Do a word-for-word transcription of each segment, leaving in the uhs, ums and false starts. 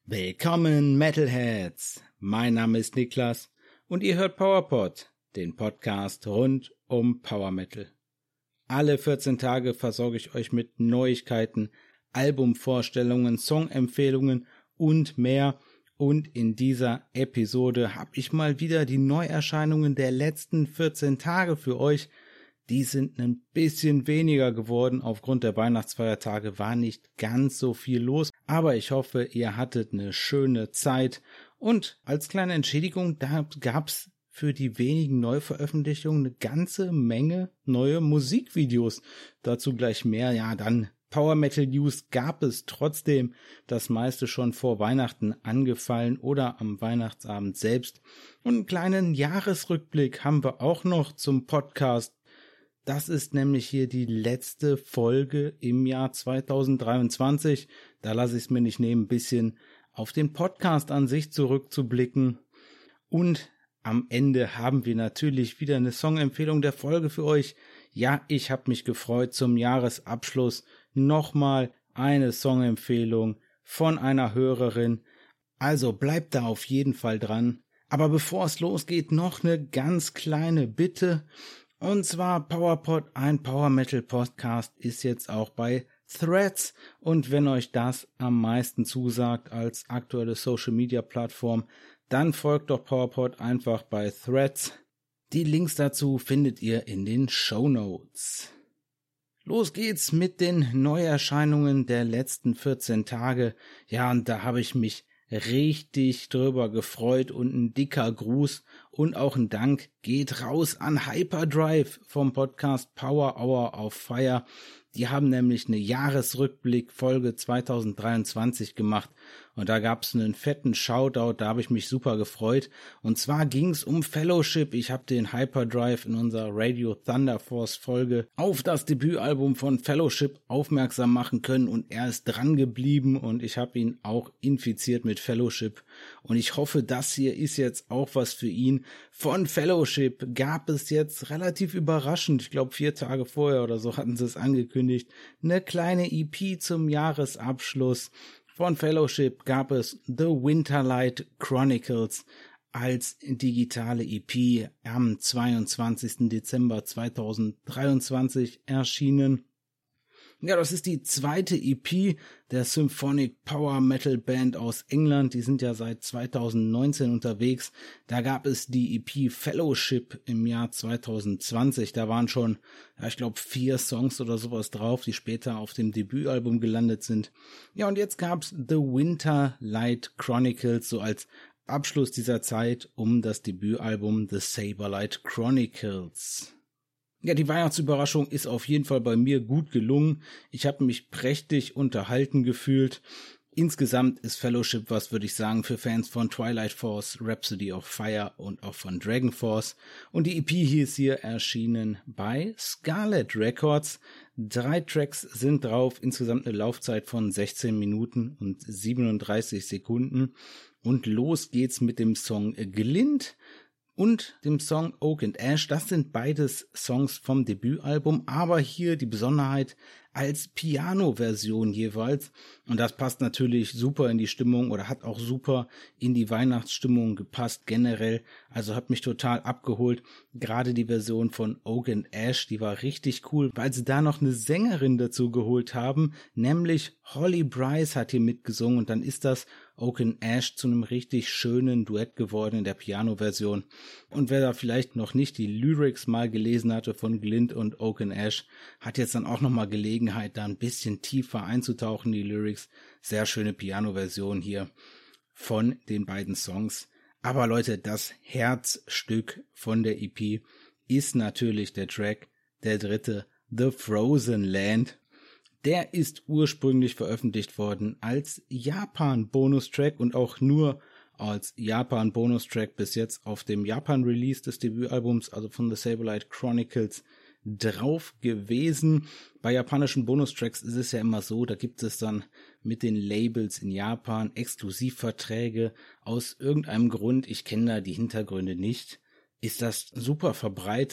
Willkommen Metalheads, mein Name ist Niklas und ihr hört PowerPod, den Podcast rund um Power Metal. Alle vierzehn Tage versorge ich euch mit Neuigkeiten, Albumvorstellungen, Songempfehlungen und mehr. Und in dieser Episode habe ich mal wieder die Neuerscheinungen der letzten vierzehn Tage für euch. Die sind ein bisschen weniger geworden. Aufgrund der Weihnachtsfeiertage war nicht ganz so viel los. Aber ich hoffe, ihr hattet eine schöne Zeit. Und als kleine Entschädigung, da gab's für die wenigen Neuveröffentlichungen eine ganze Menge neue Musikvideos. Dazu gleich mehr. Ja, dann Power Metal News gab es trotzdem. Das meiste schon vor Weihnachten angefallen oder am Weihnachtsabend selbst. Und einen kleinen Jahresrückblick haben wir auch noch zum Podcast. Das ist nämlich hier die letzte Folge im Jahr zweitausenddreiundzwanzig. Da lasse ich es mir nicht nehmen, ein bisschen auf den Podcast an sich zurückzublicken. Und am Ende haben wir natürlich wieder eine Songempfehlung der Folge für euch. Ja, ich habe mich gefreut, zum Jahresabschluss nochmal eine Songempfehlung von einer Hörerin. Also bleibt da auf jeden Fall dran. Aber bevor es losgeht, noch eine ganz kleine Bitte. Und zwar PowerPod, ein Power Metal Podcast, ist jetzt auch bei Threads. Und wenn euch das am meisten zusagt als aktuelle Social Media Plattform, dann folgt doch PowerPod einfach bei Threads. Die Links dazu findet ihr in den Shownotes. Los geht's mit den Neuerscheinungen der letzten vierzehn Tage. Ja, und da habe ich mich richtig drüber gefreut und ein dicker Gruß und auch ein Dank geht raus an Hyperdrive vom Podcast Power Hour auf Fire. Die haben nämlich eine Jahresrückblick Folge zweitausenddreiundzwanzig gemacht und da gab's einen fetten Shoutout, da habe ich mich super gefreut. Und zwar ging's um Fellowship. Ich habe den Hyperdrive in unserer Radio Thunder Force Folge auf das Debütalbum von Fellowship aufmerksam machen können und er ist dran geblieben und ich habe ihn auch infiziert mit Fellowship. Und ich hoffe, das hier ist jetzt auch was für ihn. Von Fellowship gab es jetzt relativ überraschend, ich glaube vier Tage vorher oder so hatten sie es angekündigt, eine kleine E P zum Jahresabschluss. Von Fellowship gab es The Winterlight Chronicles als digitale E P am zweiundzwanzigsten Dezember zweitausenddreiundzwanzig erschienen. Ja, das ist die zweite E P der Symphonic Power Metal Band aus England. Die sind ja seit zweitausendneunzehn unterwegs. Da gab es die E P Fellowship im Jahr zweitausendzwanzig. Da waren schon, ja, ich glaube, vier Songs oder sowas drauf, die später auf dem Debütalbum gelandet sind. Ja, und jetzt gab's The Winterlight Chronicles, so als Abschluss dieser Zeit um das Debütalbum The Saberlight Chronicles. Ja, die Weihnachtsüberraschung ist auf jeden Fall bei mir gut gelungen. Ich habe mich prächtig unterhalten gefühlt. Insgesamt ist Fellowship was, würde ich sagen, für Fans von Twilight Force, Rhapsody of Fire und auch von Dragon Force. Und die E P hier ist hier erschienen bei Scarlet Records. Drei Tracks sind drauf, insgesamt eine Laufzeit von sechzehn Minuten und siebenunddreißig Sekunden. Und los geht's mit dem Song Glint und dem Song Oak and Ash. Das sind beides Songs vom Debütalbum, aber hier die Besonderheit als Piano-Version jeweils. Und das passt natürlich super in die Stimmung oder hat auch super in die Weihnachtsstimmung gepasst generell. Also hat mich total abgeholt. Gerade die Version von Oak and Ash, die war richtig cool, weil sie da noch eine Sängerin dazu geholt haben, nämlich Holly Bryce hat hier mitgesungen und dann ist das Oak and Ash zu einem richtig schönen Duett geworden in der Piano-Version. Und wer da vielleicht noch nicht die Lyrics mal gelesen hatte von Glint und Oak and Ash, hat jetzt dann auch nochmal Gelegenheit, da ein bisschen tiefer einzutauchen, die Lyrics. Sehr schöne Piano-Version hier von den beiden Songs. Aber Leute, das Herzstück von der E P ist natürlich der Track, der dritte, The Frozen Land. Der ist ursprünglich veröffentlicht worden als Japan-Bonustrack und auch nur als Japan-Bonustrack bis jetzt auf dem Japan-Release des Debütalbums, also von The Saberlight Chronicles, drauf gewesen. Bei japanischen Bonustracks ist es ja immer so, da gibt es dann mit den Labels in Japan Exklusivverträge. Aus irgendeinem Grund, ich kenne da die Hintergründe nicht, ist das super verbreitet,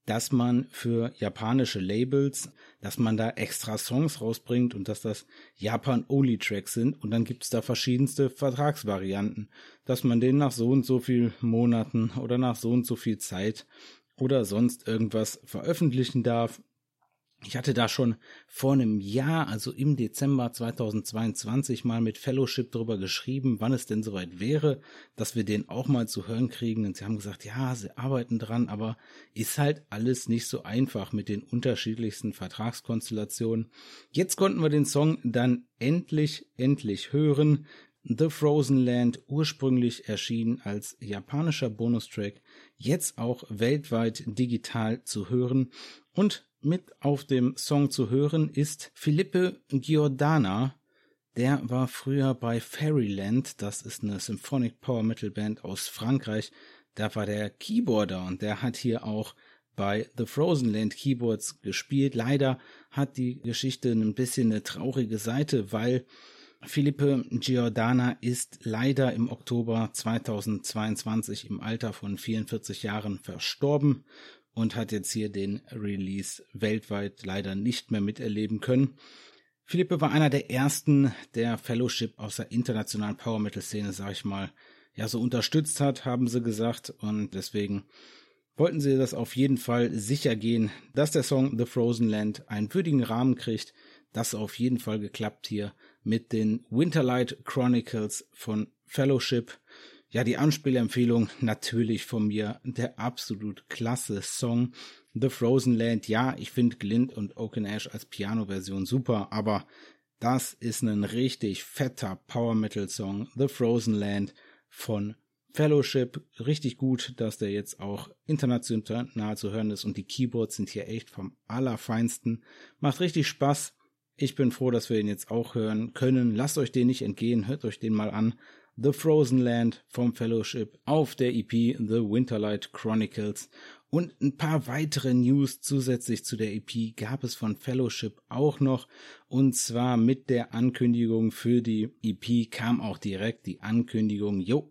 dass man für japanische Labels, dass man da extra Songs rausbringt und dass das Japan-Only-Tracks sind. Und dann gibt es da verschiedenste Vertragsvarianten, dass man den nach so und so viel Monaten oder nach so und so viel Zeit oder sonst irgendwas veröffentlichen darf. Ich hatte da schon vor einem Jahr, also im Dezember zweitausendzweiundzwanzig, mal mit Fellowship drüber geschrieben, wann es denn soweit wäre, dass wir den auch mal zu hören kriegen. Und sie haben gesagt, ja, sie arbeiten dran, aber ist halt alles nicht so einfach mit den unterschiedlichsten Vertragskonstellationen. Jetzt konnten wir den Song dann endlich, endlich hören. The Frozen Land, ursprünglich erschienen als japanischer Bonustrack, jetzt auch weltweit digital zu hören. Und mit auf dem Song zu hören ist Philippe Giordana. Der war früher bei Fairyland, das ist eine Symphonic Power Metal Band aus Frankreich. Da war der Keyboarder und der hat hier auch bei The Frozen Land Keyboards gespielt. Leider hat die Geschichte ein bisschen eine traurige Seite, weil Philippe Giordana ist leider im Oktober zweitausendzweiundzwanzig im Alter von vierundvierzig Jahren verstorben und hat jetzt hier den Release weltweit leider nicht mehr miterleben können. Philippe war einer der ersten, der Fellowship aus der internationalen Power-Metal-Szene, sag ich mal, ja so unterstützt hat, haben sie gesagt, und deswegen wollten sie das auf jeden Fall sicher gehen, dass der Song The Frozen Land einen würdigen Rahmen kriegt. Das auf jeden Fall geklappt hier mit den Winterlight Chronicles von Fellowship. Ja, die Anspielempfehlung natürlich von mir, der absolut klasse Song The Frozen Land. Ja, ich finde Glint und Oaken Ash als Piano-Version super, aber das ist ein richtig fetter Power-Metal-Song, The Frozen Land von Fellowship. Richtig gut, dass der jetzt auch international zu hören ist und die Keyboards sind hier echt vom Allerfeinsten. Macht richtig Spaß. Ich bin froh, dass wir ihn jetzt auch hören können. Lasst euch den nicht entgehen, hört euch den mal an. The Frozen Land vom Fellowship auf der E P The Winterlight Chronicles. Und ein paar weitere News zusätzlich zu der E P gab es von Fellowship auch noch. Und zwar mit der Ankündigung für die E P kam auch direkt die Ankündigung, jo,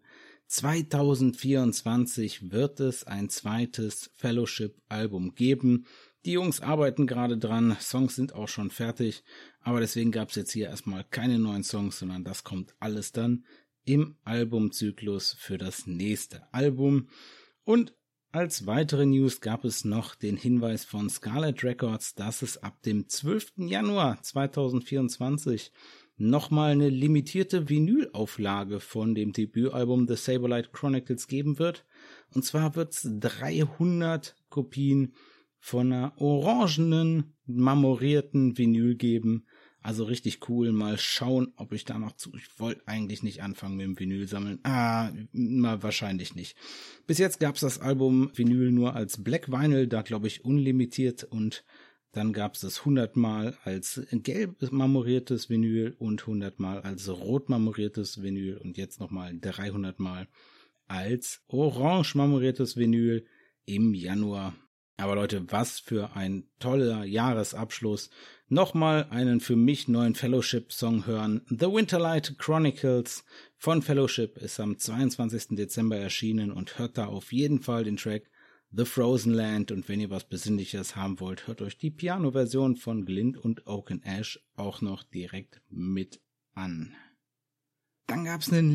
zweitausendvierundzwanzig wird es ein zweites Fellowship-Album geben. Die Jungs arbeiten gerade dran, Songs sind auch schon fertig, aber deswegen gab es jetzt hier erstmal keine neuen Songs, sondern das kommt alles dann im Albumzyklus für das nächste Album. Und als weitere News gab es noch den Hinweis von Scarlet Records, dass es ab dem zwölften Januar zweitausendvierundzwanzig nochmal eine limitierte Vinylauflage von dem Debütalbum The Saberlight Chronicles geben wird. Und zwar wird es dreihundert Kopien von einer orangenen, marmorierten Vinyl geben. Also richtig cool. Mal schauen, ob ich da noch zu... Ich wollte eigentlich nicht anfangen mit dem Vinyl sammeln. Ah, mal wahrscheinlich nicht. Bis jetzt gab es das Album Vinyl nur als Black Vinyl, da glaube ich unlimitiert. Und dann gab es das hundert Mal als gelb marmoriertes Vinyl und hundert Mal als rot marmoriertes Vinyl. Und jetzt nochmal dreihundert Mal als orange marmoriertes Vinyl im Januar. Aber Leute, was für ein toller Jahresabschluss. Nochmal einen für mich neuen Fellowship-Song hören. The Winterlight Chronicles von Fellowship ist am zweiundzwanzigsten Dezember erschienen und hört da auf jeden Fall den Track The Frozen Land. Und wenn ihr was Besinnliches haben wollt, hört euch die Piano-Version von Glint und Oaken Ash auch noch direkt mit an. Dann gab's ein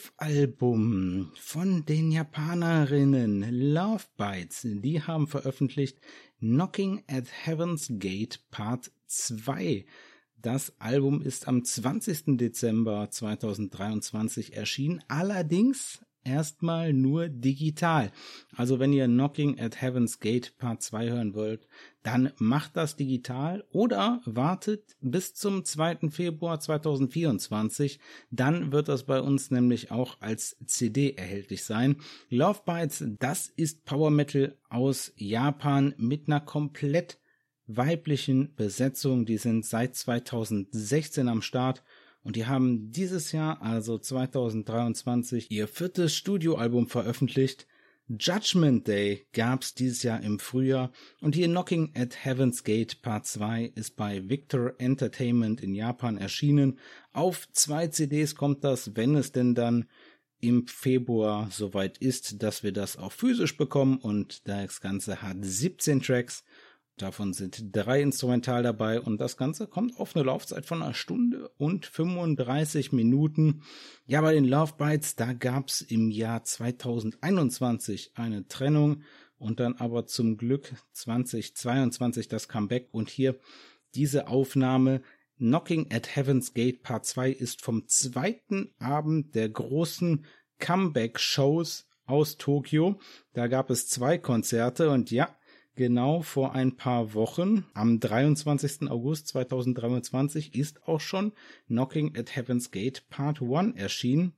Live-Album von den Japanerinnen Love Bites. Die haben veröffentlicht Knocking at Heaven's Gate Part zwei. Das Album ist am zwanzigsten Dezember zweitausenddreiundzwanzig erschienen, allerdings erstmal nur digital. Also wenn ihr Knocking at Heaven's Gate Part zwei hören wollt, dann macht das digital oder wartet bis zum zweiten Februar zweitausendvierundzwanzig. Dann wird das bei uns nämlich auch als C D erhältlich sein. Love Bites, das ist Power Metal aus Japan mit einer komplett weiblichen Besetzung. Die sind seit zweitausendsechzehn am Start. Und die haben dieses Jahr, also zweitausenddreiundzwanzig, ihr viertes Studioalbum veröffentlicht. Judgment Day gab's dieses Jahr im Frühjahr. Und hier Knocking at Heaven's Gate Part zwei ist bei Victor Entertainment in Japan erschienen. Auf zwei C Ds kommt das, wenn es denn dann im Februar soweit ist, dass wir das auch physisch bekommen, und das Ganze hat siebzehn Tracks. Davon sind drei instrumental dabei und das Ganze kommt auf eine Laufzeit von einer Stunde und fünfunddreißig Minuten. Ja, bei den Love Bites, da gab's im Jahr zweitausendeinundzwanzig eine Trennung und dann aber zum Glück zweitausendzweiundzwanzig das Comeback, und hier diese Aufnahme Knocking at Heaven's Gate Part zwei ist vom zweiten Abend der großen Comeback-Shows aus Tokio. Da gab es zwei Konzerte und ja, genau vor ein paar Wochen, am dreiundzwanzigsten August zweitausenddreiundzwanzig, ist auch schon Knocking at Heaven's Gate Part eins erschienen.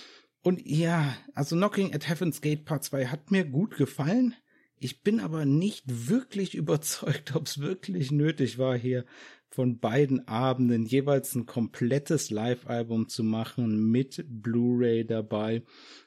Und ja, also Knocking at Heaven's Gate Part zwei hat mir gut gefallen. Ich bin aber nicht wirklich überzeugt, ob es wirklich nötig war, hier von beiden Abenden jeweils ein komplettes Live-Album zu machen mit Blu-ray dabei.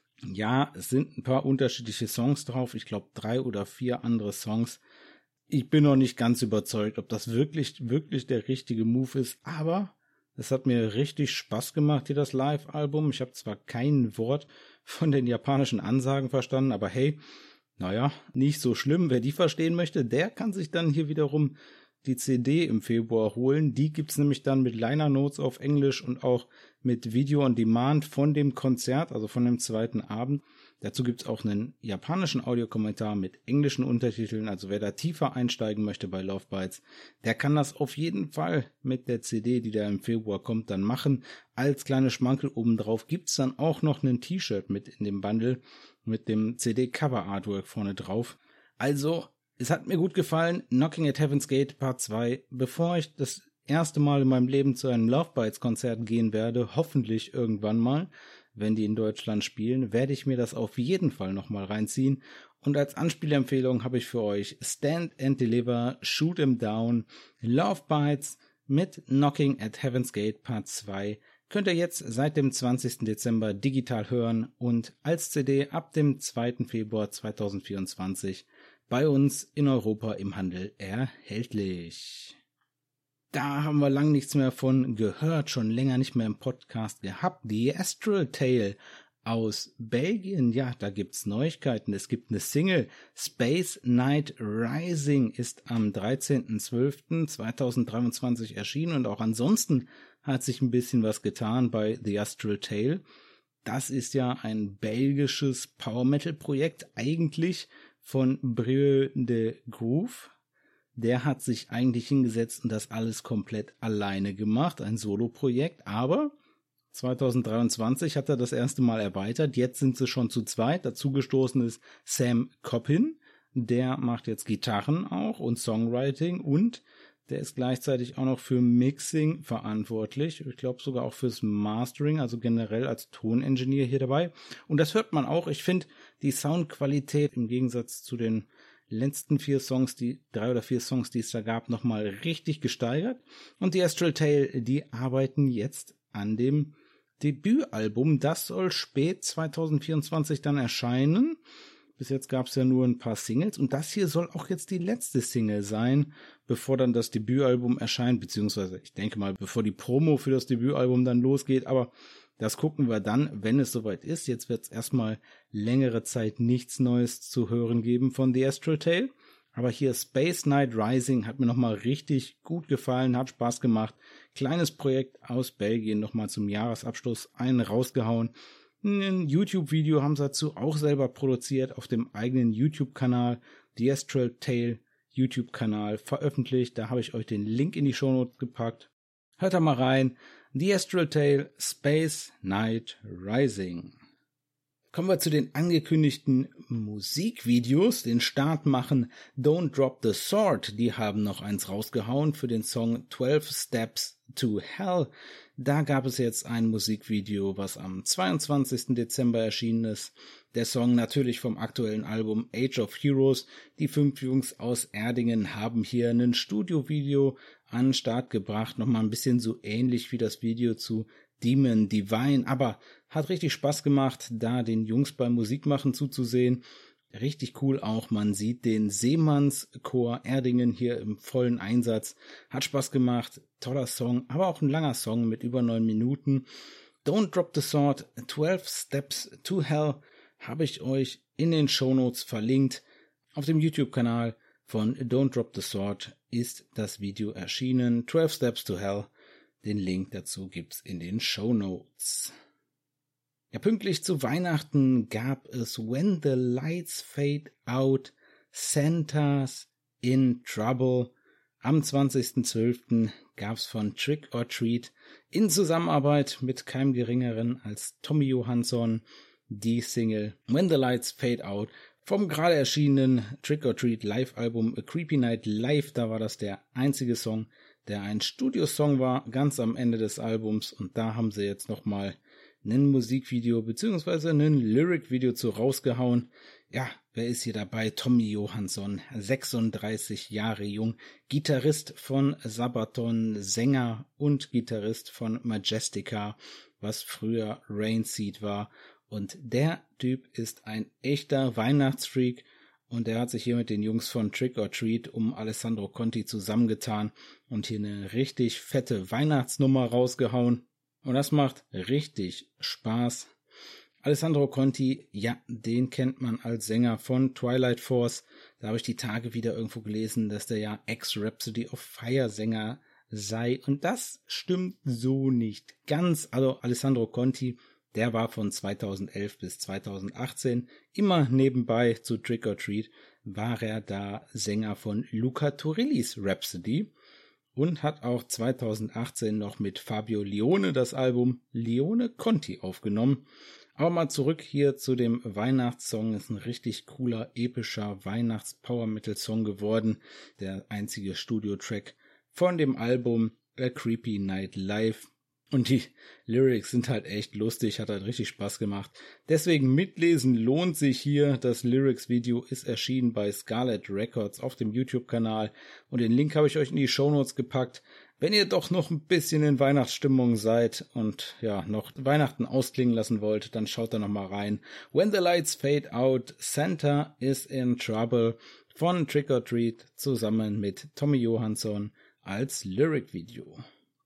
Ja, es sind ein paar unterschiedliche Songs drauf. Ich glaube, drei oder vier andere Songs. Ich bin noch nicht ganz überzeugt, ob das wirklich, wirklich der richtige Move ist. Aber es hat mir richtig Spaß gemacht, hier das Live-Album. Ich habe zwar kein Wort von den japanischen Ansagen verstanden, aber hey, naja, nicht so schlimm. Wer die verstehen möchte, der kann sich dann hier wiederum die C D im Februar holen. Die gibt's nämlich dann mit Liner Notes auf Englisch und auch mit Video on Demand von dem Konzert, also von dem zweiten Abend. Dazu gibt's auch einen japanischen Audiokommentar mit englischen Untertiteln. Also wer da tiefer einsteigen möchte bei Love Bites, der kann das auf jeden Fall mit der C D, die da im Februar kommt, dann machen. Als kleine Schmankel obendrauf gibt's dann auch noch ein T-Shirt mit in dem Bundle mit dem C D-Cover-Artwork vorne drauf. Also, es hat mir gut gefallen, Knocking at Heaven's Gate Part zwei. Bevor ich das erste Mal in meinem Leben zu einem Love Bites Konzert gehen werde, hoffentlich irgendwann mal, wenn die in Deutschland spielen, werde ich mir das auf jeden Fall nochmal reinziehen. Und als Anspielempfehlung habe ich für euch Stand and Deliver, Shoot 'em Down, Love Bites mit Knocking at Heaven's Gate Part zwei. Könnt ihr jetzt seit dem zwanzigsten Dezember digital hören und als C D ab dem zweiten Februar zweitausendvierundzwanzig bei uns in Europa im Handel erhältlich. Da haben wir lang nichts mehr von gehört, schon länger nicht mehr im Podcast gehabt. The Astral Tale aus Belgien, ja, da gibt's Neuigkeiten. Es gibt eine Single, Space Night Rising ist am dreizehnten zwölften zweitausenddreiundzwanzig erschienen und auch ansonsten hat sich ein bisschen was getan bei The Astral Tale. Das ist ja ein belgisches Power-Metal-Projekt, eigentlich von Brieux de Groove. Der hat sich eigentlich hingesetzt und das alles komplett alleine gemacht, ein Solo-Projekt, aber zweitausenddreiundzwanzig hat er das erste Mal erweitert, jetzt sind sie schon zu zweit, dazugestoßen ist Sam Coppin, der macht jetzt Gitarren auch und Songwriting und der ist gleichzeitig auch noch für Mixing verantwortlich, ich glaube sogar auch fürs Mastering, also generell als Toningenieur hier dabei. Und das hört man auch, ich finde die Soundqualität im Gegensatz zu den letzten vier Songs, die drei oder vier Songs, die es da gab, nochmal richtig gesteigert. Und die Astral Tale, die arbeiten jetzt an dem Debütalbum, das soll spät zweitausendvierundzwanzig dann erscheinen. Bis jetzt gab es ja nur ein paar Singles und das hier soll auch jetzt die letzte Single sein, bevor dann das Debütalbum erscheint, beziehungsweise ich denke mal, bevor die Promo für das Debütalbum dann losgeht, aber das gucken wir dann, wenn es soweit ist. Jetzt wird es erstmal längere Zeit nichts Neues zu hören geben von The Astral Tale, aber hier Space Night Rising hat mir nochmal richtig gut gefallen, hat Spaß gemacht. Kleines Projekt aus Belgien, nochmal zum Jahresabschluss einen rausgehauen. Ein YouTube-Video haben sie dazu auch selber produziert auf dem eigenen YouTube-Kanal, The Astral Tale YouTube-Kanal veröffentlicht. Da habe ich euch den Link in die Shownotes gepackt. Hört da mal rein. The Astral Tale Space Night Rising. Kommen wir zu den angekündigten Musikvideos. Den Start machen Don't Drop the Sword. Die haben noch eins rausgehauen für den Song twelve Steps to Hell. Da gab es jetzt ein Musikvideo, was am zweiundzwanzigsten Dezember erschienen ist. Der Song natürlich vom aktuellen Album Age of Heroes. Die fünf Jungs aus Erdingen haben hier ein Studiovideo an den Start gebracht. Nochmal ein bisschen so ähnlich wie das Video zu Demon Divine, aber hat richtig Spaß gemacht, da den Jungs beim Musikmachen zuzusehen. Richtig cool auch, man sieht den Seemannschor Erdingen hier im vollen Einsatz. Hat Spaß gemacht, toller Song, aber auch ein langer Song mit über neun Minuten. Don't Drop the Sword, twelve Steps to Hell habe ich euch in den Shownotes verlinkt. Auf dem YouTube-Kanal von Don't Drop the Sword ist das Video erschienen, twelve Steps to Hell. Den Link dazu gibt's in den Shownotes. Ja, pünktlich zu Weihnachten gab es When the Lights Fade Out, Santa's in Trouble. Am zwanzigsten zwölften gab's von Trick or Treat in Zusammenarbeit mit keinem Geringeren als Tommy Johansson die Single When the Lights Fade Out vom gerade erschienenen Trick or Treat Live-Album A Creepy Night Live. Da war das der einzige Song, der ein Studiosong war, ganz am Ende des Albums. Und da haben sie jetzt nochmal ein Musikvideo bzw. ein Lyric-Video zu rausgehauen. Ja, wer ist hier dabei? Tommy Johansson, sechsunddreißig Jahre jung, Gitarrist von Sabaton, Sänger und Gitarrist von Majestica, was früher Rainseed war. Und der Typ ist ein echter Weihnachtsfreak und er hat sich hier mit den Jungs von Trick or Treat um Alessandro Conti zusammengetan und hier eine richtig fette Weihnachtsnummer rausgehauen. Und das macht richtig Spaß. Alessandro Conti, ja, den kennt man als Sänger von Twilight Force. Da habe ich die Tage wieder irgendwo gelesen, dass der ja Ex-Rhapsody of Fire Sänger sei. Und das stimmt so nicht ganz. Also Alessandro Conti, der war von zweitausendelf bis zweitausendachtzehn immer nebenbei zu Trick or Treat, war er da Sänger von Luca Turillis Rhapsody. Und hat auch zweitausendachtzehn noch mit Fabio Lione das Album Lione Conti aufgenommen. Aber mal zurück hier zu dem Weihnachtssong. Ist ein richtig cooler, epischer Weihnachts-Power-Metal-Song geworden. Der einzige Studio-Track von dem Album A Creepy Night Live. Und die Lyrics sind halt echt lustig, hat halt richtig Spaß gemacht. Deswegen mitlesen lohnt sich hier. Das Lyrics-Video ist erschienen bei Scarlet Records auf dem YouTube-Kanal. Und den Link habe ich euch in die Shownotes gepackt. Wenn ihr doch noch ein bisschen in Weihnachtsstimmung seid und ja noch Weihnachten ausklingen lassen wollt, dann schaut da nochmal rein. When the Lights Fade Out, Santa is in Trouble von Trick or Treat zusammen mit Tommy Johansson als Lyric-Video.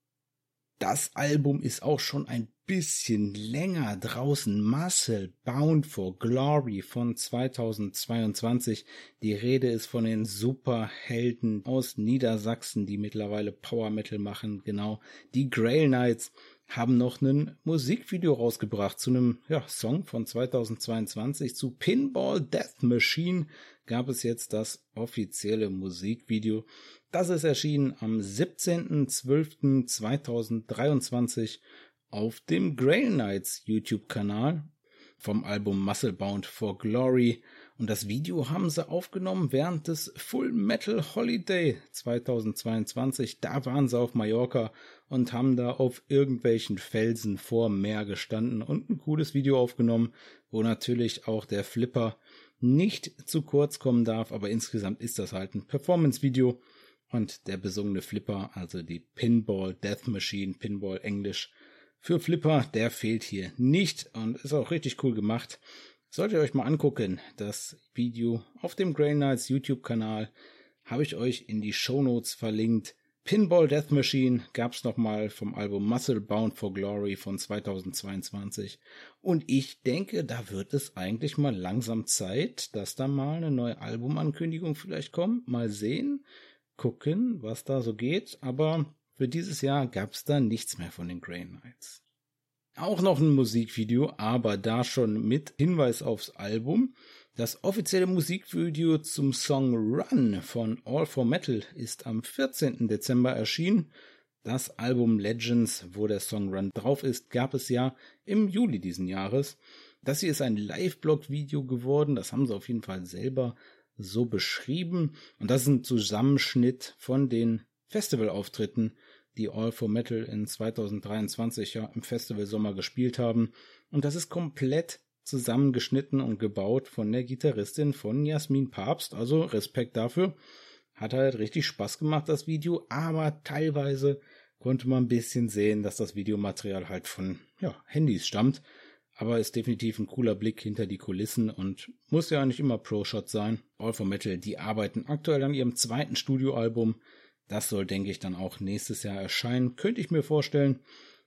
Das Album ist auch schon ein bisschen länger draußen. Muscle Bound for Glory von zweitausendzweiundzwanzig. Die Rede ist von den Superhelden aus Niedersachsen, die mittlerweile Power Metal machen. Genau, die Grail Knights haben noch ein Musikvideo rausgebracht zu einem ja, Song von zweitausendzweiundzwanzig. Zu Pinball Death Machine gab es jetzt das offizielle Musikvideo. Das ist erschienen am siebzehnten zwölften zweitausenddreiundzwanzig auf dem Grail Knights YouTube-Kanal vom Album Muscle Bound for Glory. Und das Video haben sie aufgenommen während des Full Metal Holiday zweitausendzweiundzwanzig. Da waren sie auf Mallorca und haben da auf irgendwelchen Felsen vor Meer gestanden und ein cooles Video aufgenommen, wo natürlich auch der Flipper nicht zu kurz kommen darf. Aber insgesamt ist das halt ein Performance-Video. Und der besungene Flipper, also die Pinball Death Machine, Pinball Englisch für Flipper, der fehlt hier nicht und ist auch richtig cool gemacht. Solltet ihr euch mal angucken, das Video auf dem Grail Knights YouTube-Kanal habe ich euch in die Shownotes verlinkt. Pinball Death Machine gab's nochmal vom Album Muscle Bound for Glory von zweitausendzweiundzwanzig. Und ich denke, da wird es eigentlich mal langsam Zeit, dass da mal eine neue Albumankündigung vielleicht kommt. Mal sehen. Gucken, was da so geht, aber für dieses Jahr gab's da nichts mehr von den Grail Knights. Auch noch ein Musikvideo, aber da schon mit Hinweis aufs Album. Das offizielle Musikvideo zum Song Run von All for Metal ist am vierzehnten Dezember erschienen. Das Album Legends, wo der Song Run drauf ist, gab es ja im Juli diesen Jahres. Das hier ist ein Live-Blog-Video geworden, das haben sie auf jeden Fall selber so beschrieben. Und das ist ein Zusammenschnitt von den Festivalauftritten, die All for Metal in zweitausenddreiundzwanzig ja im Festivalsommer gespielt haben. Und das ist komplett zusammengeschnitten und gebaut von der Gitarristin von Jasmin Papst. Also Respekt dafür. Hat halt richtig Spaß gemacht, das Video. Aber teilweise konnte man ein bisschen sehen, dass das Videomaterial halt von ja, Handys stammt. Aber ist definitiv ein cooler Blick hinter die Kulissen und muss ja nicht immer Pro-Shot sein. All for Metal, die arbeiten aktuell an ihrem zweiten Studioalbum. Das soll, denke ich, dann auch nächstes Jahr erscheinen. Könnte ich mir vorstellen.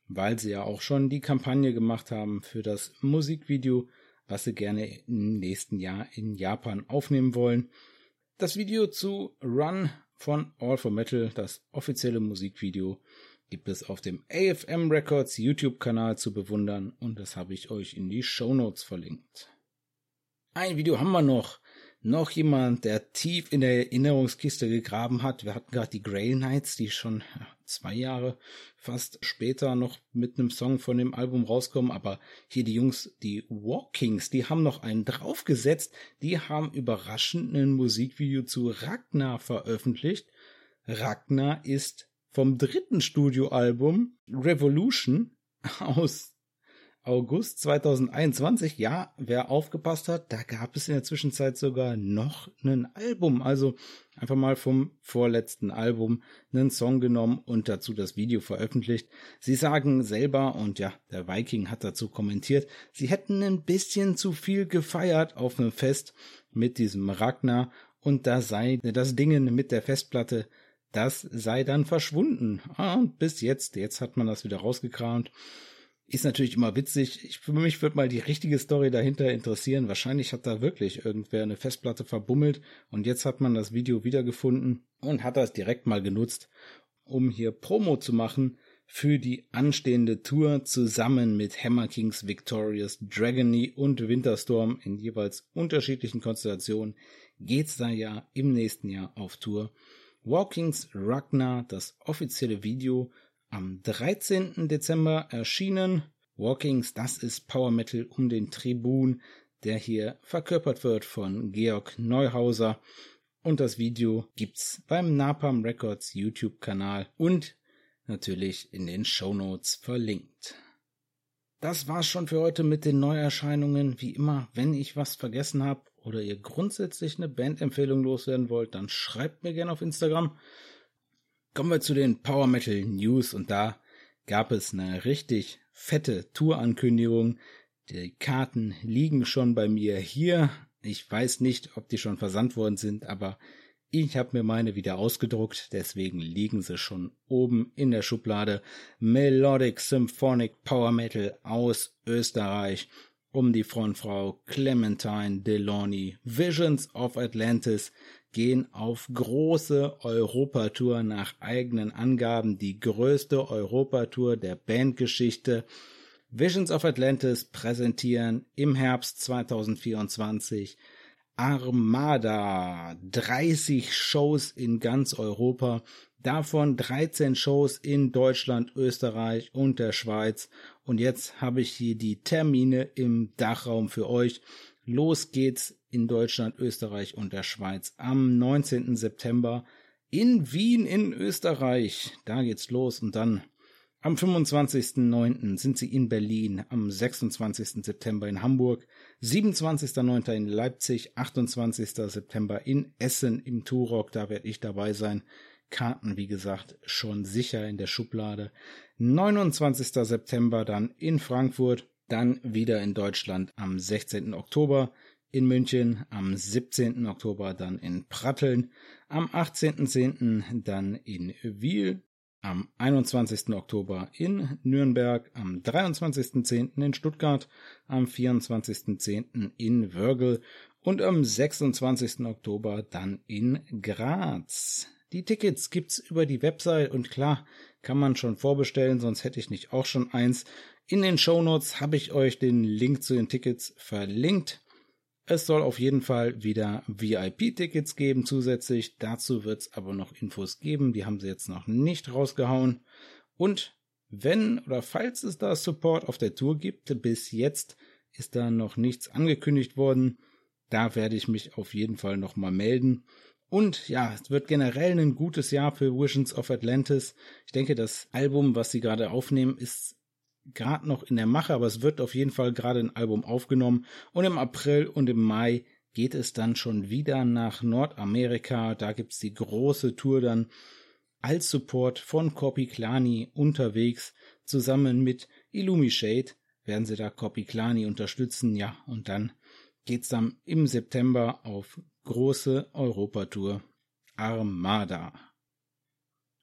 weil sie ja auch schon die Kampagne gemacht haben für das Musikvideo, was sie gerne im nächsten Jahr in Japan aufnehmen wollen. Das Video zu Run von All for Metal, das offizielle Musikvideo, gibt es auf dem A F M Records YouTube-Kanal zu bewundern und das habe ich euch in die Shownotes verlinkt. Ein Video haben wir noch. Noch jemand, der tief in der Erinnerungskiste gegraben hat. Wir hatten gerade die Grail Knights, die schon zwei Jahre fast später noch mit einem Song von dem Album rauskommen. Aber hier die Jungs, die Walkings, die haben noch einen draufgesetzt. Die haben überraschend ein Musikvideo zu Ragnar veröffentlicht. Ragnar ist vom dritten Studioalbum Revolution aus August zweitausendeinundzwanzig, ja, wer aufgepasst hat, da gab es in der Zwischenzeit sogar noch ein Album, also einfach mal vom vorletzten Album einen Song genommen und dazu das Video veröffentlicht. Sie sagen selber, und ja, der Viking hat dazu kommentiert, sie hätten ein bisschen zu viel gefeiert auf einem Fest mit diesem Ragnar und da sei das Ding mit der Festplatte, das sei dann verschwunden. Und bis jetzt, jetzt hat man das wieder rausgekramt. Ist natürlich immer witzig. Ich, für mich würde mal die richtige Story dahinter interessieren. Wahrscheinlich hat da wirklich irgendwer eine Festplatte verbummelt und jetzt hat man das Video wiedergefunden und hat das direkt mal genutzt, um hier Promo zu machen für die anstehende Tour zusammen mit Hammer Kings Victorious, Dragony und Winterstorm in jeweils unterschiedlichen Konstellationen. Geht's da ja im nächsten Jahr auf Tour. Walkings Ragnar, das offizielle Video, am dreizehnten Dezember erschienen. Walkings, das ist Power Metal um den Tribun, der hier verkörpert wird von Georg Neuhauser. Und das Video gibt's beim Napalm Records YouTube-Kanal und natürlich in den Shownotes verlinkt. Das war's schon für heute mit den Neuerscheinungen. Wie immer, wenn ich was vergessen habe oder ihr grundsätzlich eine Bandempfehlung loswerden wollt, dann schreibt mir gerne auf Instagram. Kommen wir zu den Power Metal News und da gab es eine richtig fette Tourankündigung. Die Karten liegen schon bei mir hier. Ich weiß nicht, ob die schon versandt worden sind, aber ich habe mir meine wieder ausgedruckt, deswegen liegen sie schon oben in der Schublade. Melodic Symphonic Power Metal aus Österreich um die Frontfrau Clementine Delaunay. Visions of Atlantis gehen auf große Europatour, nach eigenen Angaben die größte Europatour der Bandgeschichte. Visions of Atlantis präsentieren im Herbst zweitausendvierundzwanzig Armada, dreißig Shows in ganz Europa, davon dreizehn Shows in Deutschland, Österreich und der Schweiz. Und jetzt habe ich hier die Termine im Dachraum für euch. Los geht's in Deutschland, Österreich und der Schweiz am neunzehnten September in Wien in Österreich. Da geht's los und dann am fünfundzwanzigsten neunten sind sie in Berlin, am sechsundzwanzigsten September in Hamburg, siebenundzwanzigsten neunten in Leipzig, achtundzwanzigsten September in Essen im Turok, da werde ich dabei sein. Karten, wie gesagt, schon sicher in der Schublade. neunundzwanzigsten September dann in Frankfurt, dann wieder in Deutschland am sechzehnten Oktober, in München, am siebzehnten Oktober dann in Pratteln, am achtzehnten zehnten dann in Wiel, am einundzwanzigsten Oktober in Nürnberg, am dreiundzwanzigsten zehnten in Stuttgart, am vierundzwanzigsten zehnten in Wörgl und am sechsundzwanzigsten Oktober dann in Graz. Die Tickets gibt's über die Website und klar, kann man schon vorbestellen, sonst hätte ich nicht auch schon eins. In den Shownotes habe ich euch den Link zu den Tickets verlinkt. Es soll auf jeden Fall wieder V I P-Tickets geben zusätzlich. Dazu wird es aber noch Infos geben. Die haben sie jetzt noch nicht rausgehauen. Und wenn oder falls es da Support auf der Tour gibt, bis jetzt ist da noch nichts angekündigt worden. Da werde ich mich auf jeden Fall nochmal melden. Und ja, es wird generell ein gutes Jahr für Visions of Atlantis. Ich denke, das Album, was sie gerade aufnehmen, ist gerade noch in der Mache, aber es wird auf jeden Fall gerade ein Album aufgenommen und im April und im Mai geht es dann schon wieder nach Nordamerika. Da gibt's die große Tour dann als Support von Korpiklani unterwegs. Zusammen mit Illumishade werden sie da Korpiklani unterstützen. Ja, und dann geht's dann im September auf große Europatour Armada.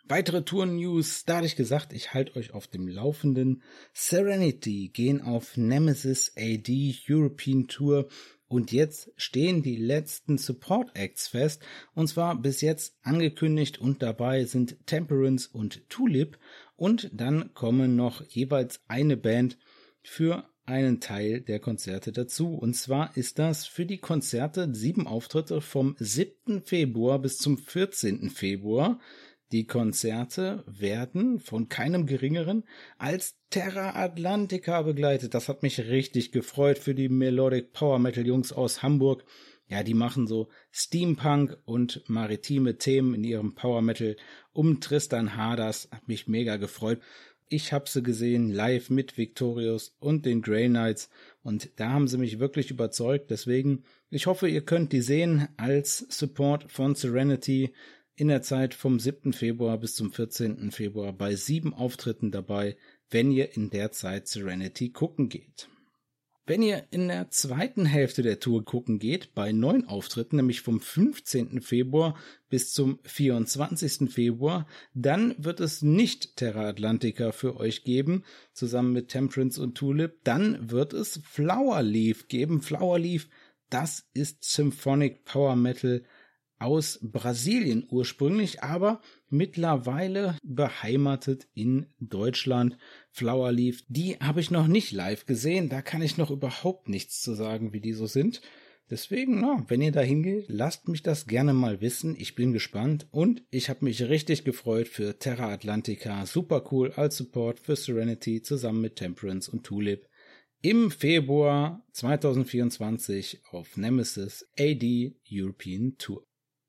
Weitere Tour-News, da hatte ich gesagt, ich halte euch auf dem Laufenden. Serenity gehen auf Nemesis A D European Tour und jetzt stehen die letzten Support-Acts fest, und zwar bis jetzt angekündigt, und dabei sind Temperance und Tulip, und dann kommen noch jeweils eine Band für einen Teil der Konzerte dazu, und zwar ist das für die Konzerte sieben Auftritte vom siebten Februar bis zum vierzehnten Februar. Die Konzerte werden von keinem Geringeren als Terra Atlantica begleitet. Das hat mich richtig gefreut für die Melodic Power Metal Jungs aus Hamburg. Ja, die machen so Steampunk und maritime Themen in ihrem Power Metal um Tristan Harders. Hat mich mega gefreut. Ich habe sie gesehen live mit Victorious und den Grey Knights, und da haben sie mich wirklich überzeugt. Deswegen, ich hoffe, ihr könnt die sehen als Support von Serenity in der Zeit vom siebten Februar bis zum vierzehnten Februar bei sieben Auftritten dabei, wenn ihr in der Zeit Serenity gucken geht. Wenn ihr in der zweiten Hälfte der Tour gucken geht, bei neun Auftritten, nämlich vom fünfzehnten Februar bis zum vierundzwanzigsten Februar, dann wird es nicht Terra Atlantica für euch geben, zusammen mit Temperance und Tulip, dann wird es Flower Leaf geben. Flower Leaf, das ist Symphonic Power Metal aus Brasilien ursprünglich, aber mittlerweile beheimatet in Deutschland. Flower Leaf, die habe ich noch nicht live gesehen, da kann ich noch überhaupt nichts zu sagen, wie die so sind. Deswegen, na, wenn ihr da hingeht, lasst mich das gerne mal wissen, ich bin gespannt, und ich habe mich richtig gefreut für Terra Atlantica, super cool als Support für Serenity zusammen mit Temperance und Tulip im Februar zweitausendvierundzwanzig auf Nemesis A D European Tour.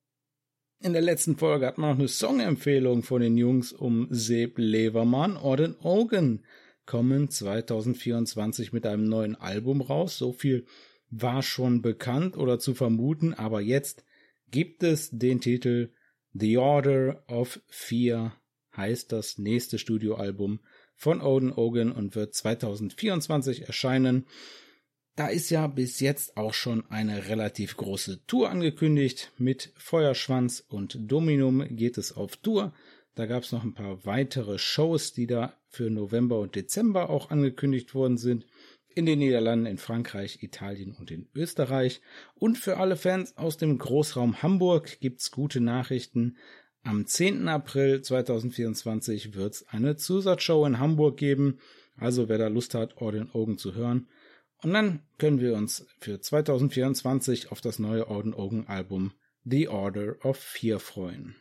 In der letzten Folge hat man noch eine Songempfehlung von den Jungs um Seb Levermann. Auden Ogan kommen zweitausendvierundzwanzig mit einem neuen Album raus. So viel war schon bekannt oder zu vermuten, aber jetzt gibt es den Titel The Order of Fear, heißt das nächste Studioalbum von Auden Ogan und wird zweitausendvierundzwanzig erscheinen. Da ist ja bis jetzt auch schon eine relativ große Tour angekündigt. Mit Feuerschwanz und Dominum geht es auf Tour. Da gab es noch ein paar weitere Shows, die da für November und Dezember auch angekündigt worden sind. In den Niederlanden, in Frankreich, Italien und in Österreich. Und für alle Fans aus dem Großraum Hamburg gibt's gute Nachrichten. Am zehnten April zweitausendvierundzwanzig wird's eine Zusatzshow in Hamburg geben. Also wer da Lust hat, Auden Ogan zu hören. Und dann können wir uns für zweitausendvierundzwanzig auf das neue Auden Ogan Album The Order of Fear freuen.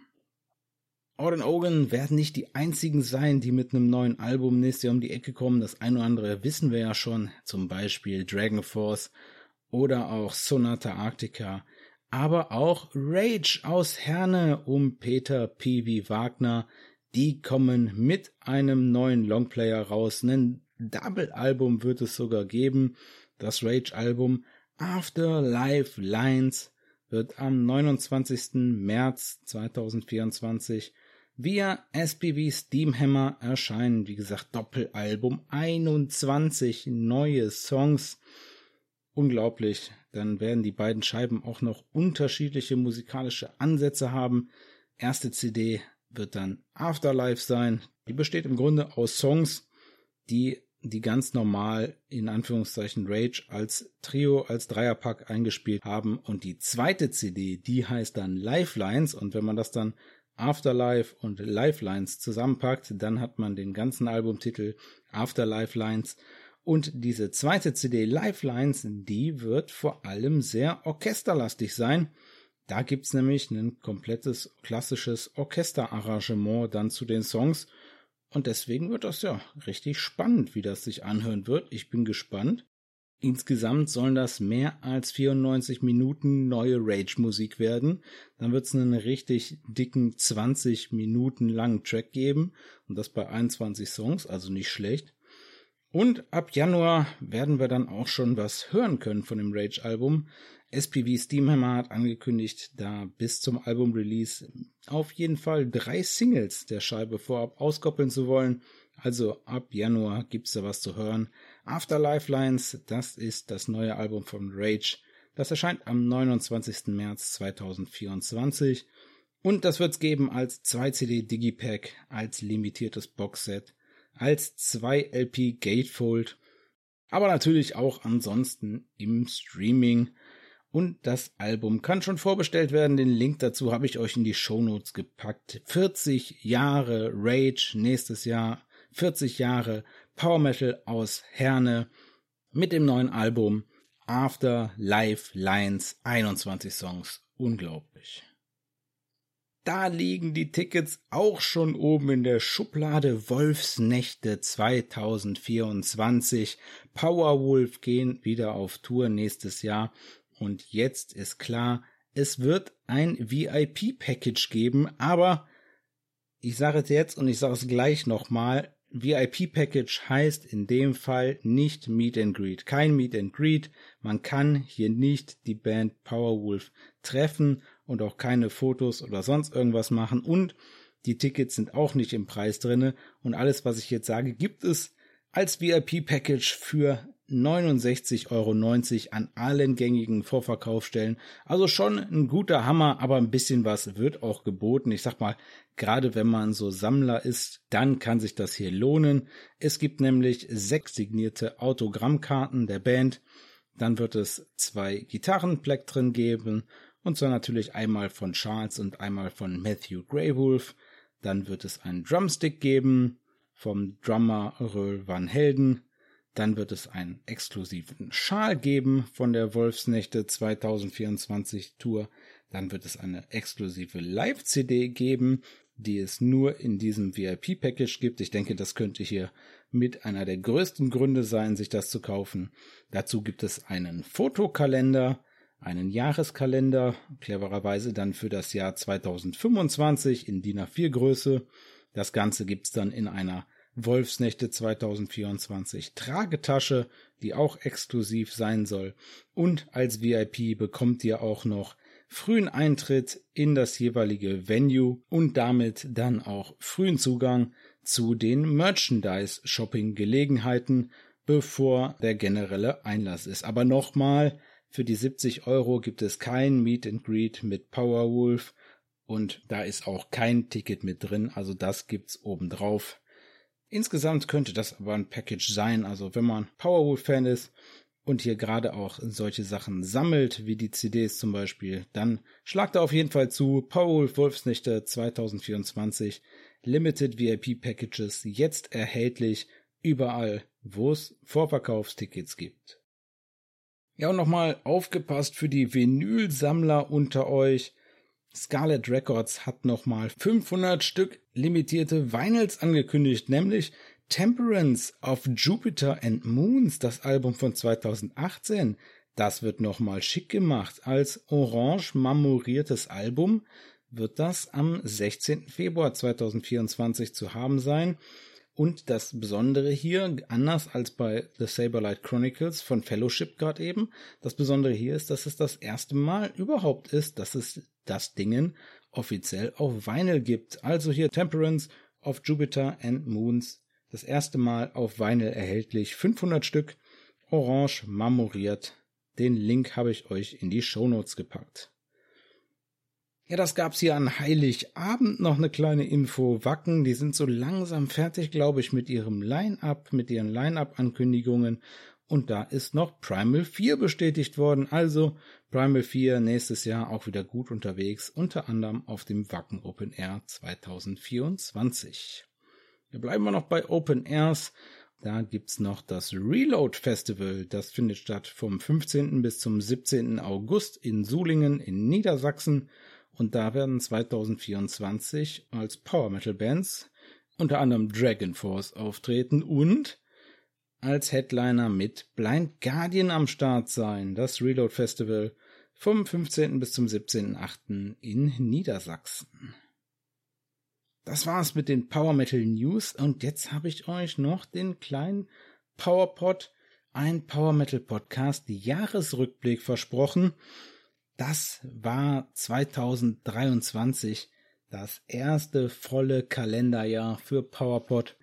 Auden Ogan werden nicht die einzigen sein, die mit einem neuen Album nächstes Jahr um die Ecke kommen. Das eine oder andere wissen wir ja schon, zum Beispiel Dragon Force oder auch Sonata Arctica. Aber auch Rage aus Herne um Peter P W Wagner, die kommen mit einem neuen Longplayer raus. Ein Double-Album wird es sogar geben. Das Rage-Album Afterlife Lines wird am neunundzwanzigsten März zweitausendvierundzwanzig via S P V Steamhammer erscheinen. Wie gesagt, Doppelalbum, einundzwanzig neue Songs. Unglaublich. Dann werden die beiden Scheiben auch noch unterschiedliche musikalische Ansätze haben. Erste C D wird dann Afterlife sein. Die besteht im Grunde aus Songs, die die ganz normal in Anführungszeichen Rage als Trio, als Dreierpack eingespielt haben. Und die zweite C D, die heißt dann Lifelines. Und wenn man das dann Afterlife und Lifelines zusammenpackt, dann hat man den ganzen Albumtitel Afterlife Lines. Und diese zweite C D Lifelines, die wird vor allem sehr orchesterlastig sein. Da gibt's nämlich ein komplettes klassisches Orchesterarrangement dann zu den Songs. Und deswegen wird das ja richtig spannend, wie das sich anhören wird. Ich bin gespannt. Insgesamt sollen das mehr als vierundneunzig Minuten neue Rage-Musik werden. Dann wird es einen richtig dicken zwanzig Minuten langen Track geben. Und das bei einundzwanzig Songs, also nicht schlecht. Und ab Januar werden wir dann auch schon was hören können von dem Rage-Album. S P V Steamhammer hat angekündigt, da bis zum Album-Release auf jeden Fall drei Singles der Scheibe vorab auskoppeln zu wollen. Also ab Januar gibt's da was zu hören. Afterlife Lines, das ist das neue Album von Rage. Das erscheint am neunundzwanzigsten März zweitausendvierundzwanzig. Und das wird's geben als zwei C D Digipack, als limitiertes Boxset, als zwei L P Gatefold, aber natürlich auch ansonsten im Streaming. Und das Album kann schon vorbestellt werden. Den Link dazu habe ich euch in die Shownotes gepackt. vierzig Jahre Rage nächstes Jahr, vierzig Jahre Power Metal aus Herne mit dem neuen Album After Life Lines, einundzwanzig Songs. Unglaublich. Da liegen die Tickets auch schon oben in der Schublade. Wolfsnächte zwanzig vierundzwanzig. Powerwolf gehen wieder auf Tour nächstes Jahr. Und jetzt ist klar, es wird ein V I P-Package geben. Aber ich sage es jetzt und ich sage es gleich nochmal. V I P-Package heißt in dem Fall nicht Meet and Greet. Kein Meet and Greet. Man kann hier nicht die Band Powerwolf treffen und auch keine Fotos oder sonst irgendwas machen. Und die Tickets sind auch nicht im Preis drinne. Und alles, was ich jetzt sage, gibt es als V I P-Package für neunundsechzig Euro neunzig an allen gängigen Vorverkaufsstellen. Also schon ein guter Hammer, aber ein bisschen was wird auch geboten. Ich sag mal, gerade wenn man so Sammler ist, dann kann sich das hier lohnen. Es gibt nämlich sechs signierte Autogrammkarten der Band. Dann wird es zwei Gitarrenpleck drin geben. Und zwar natürlich einmal von Charles und einmal von Matthew Greywolf. Dann wird es einen Drumstick geben vom Drummer Röhl van Helden. Dann wird es einen exklusiven Schal geben von der Wolfsnächte zwanzig vierundzwanzig Tour. Dann wird es eine exklusive Live-C D geben, die es nur in diesem V I P-Package gibt. Ich denke, das könnte hier mit einer der größten Gründe sein, sich das zu kaufen. Dazu gibt es einen Fotokalender, einen Jahreskalender, clevererweise dann für das Jahr zwanzig fünfundzwanzig in D I N A vier Größe. Das Ganze gibt's dann in einer Wolfsnächte zwanzig vierundzwanzig Tragetasche, die auch exklusiv sein soll. Und als V I P bekommt ihr auch noch frühen Eintritt in das jeweilige Venue und damit dann auch frühen Zugang zu den Merchandise-Shopping-Gelegenheiten, bevor der generelle Einlass ist. Aber nochmal, für die siebzig Euro gibt es kein Meet and Greet mit Powerwolf und da ist auch kein Ticket mit drin, also das gibt's obendrauf. Insgesamt könnte das aber ein Package sein, also wenn man Powerwolf-Fan ist und hier gerade auch solche Sachen sammelt, wie die C Ds zum Beispiel, dann schlagt da auf jeden Fall zu. Powerwolf Wolfsnächte zwanzig vierundzwanzig, Limited V I P-Packages, jetzt erhältlich überall, wo es Vorverkaufstickets gibt. Ja, und nochmal aufgepasst für die Vinylsammler unter euch. Scarlet Records hat nochmal fünfhundert Stück limitierte Vinyls angekündigt, nämlich Temperance of Jupiter and Moons, das Album von zwanzig achtzehn. Das wird nochmal schick gemacht. Als orange marmoriertes Album wird das am sechzehnten Februar zwanzig vierundzwanzig zu haben sein. Und das Besondere hier, anders als bei The Saberlight Chronicles von Fellowship gerade eben, das Besondere hier ist, dass es das erste Mal überhaupt ist, dass es das Dingen offiziell auf Vinyl gibt. Also hier Temperance of Jupiter and Moons, das erste Mal auf Vinyl erhältlich, fünfhundert Stück, orange marmoriert. Den Link habe ich euch in die Shownotes gepackt. Ja, das gab's hier an Heiligabend noch eine kleine Info. Wacken, die sind so langsam fertig, glaube ich, mit ihrem Line-Up, mit ihren Line-Up-Ankündigungen. Und da ist noch Primal vier bestätigt worden. Also Primal vier nächstes Jahr auch wieder gut unterwegs, unter anderem auf dem Wacken Open Air zwanzig vierundzwanzig. Wir bleiben wir noch bei Open Airs. Da gibt's noch das Reload Festival. Das findet statt vom fünfzehnten bis zum siebzehnten August in Sulingen in Niedersachsen. Und da werden zwanzig vierundzwanzig als Power Metal Bands unter anderem Dragon Force auftreten und als Headliner mit Blind Guardian am Start sein. Das Reload Festival vom fünfzehnten bis zum siebzehnten achten in Niedersachsen. Das war's mit den Power Metal News und jetzt habe ich euch noch den kleinen PowerPod, ein Power Metal Podcast Jahresrückblick versprochen. Das war zwanzig dreiundzwanzig, das erste volle Kalenderjahr für PowerPod.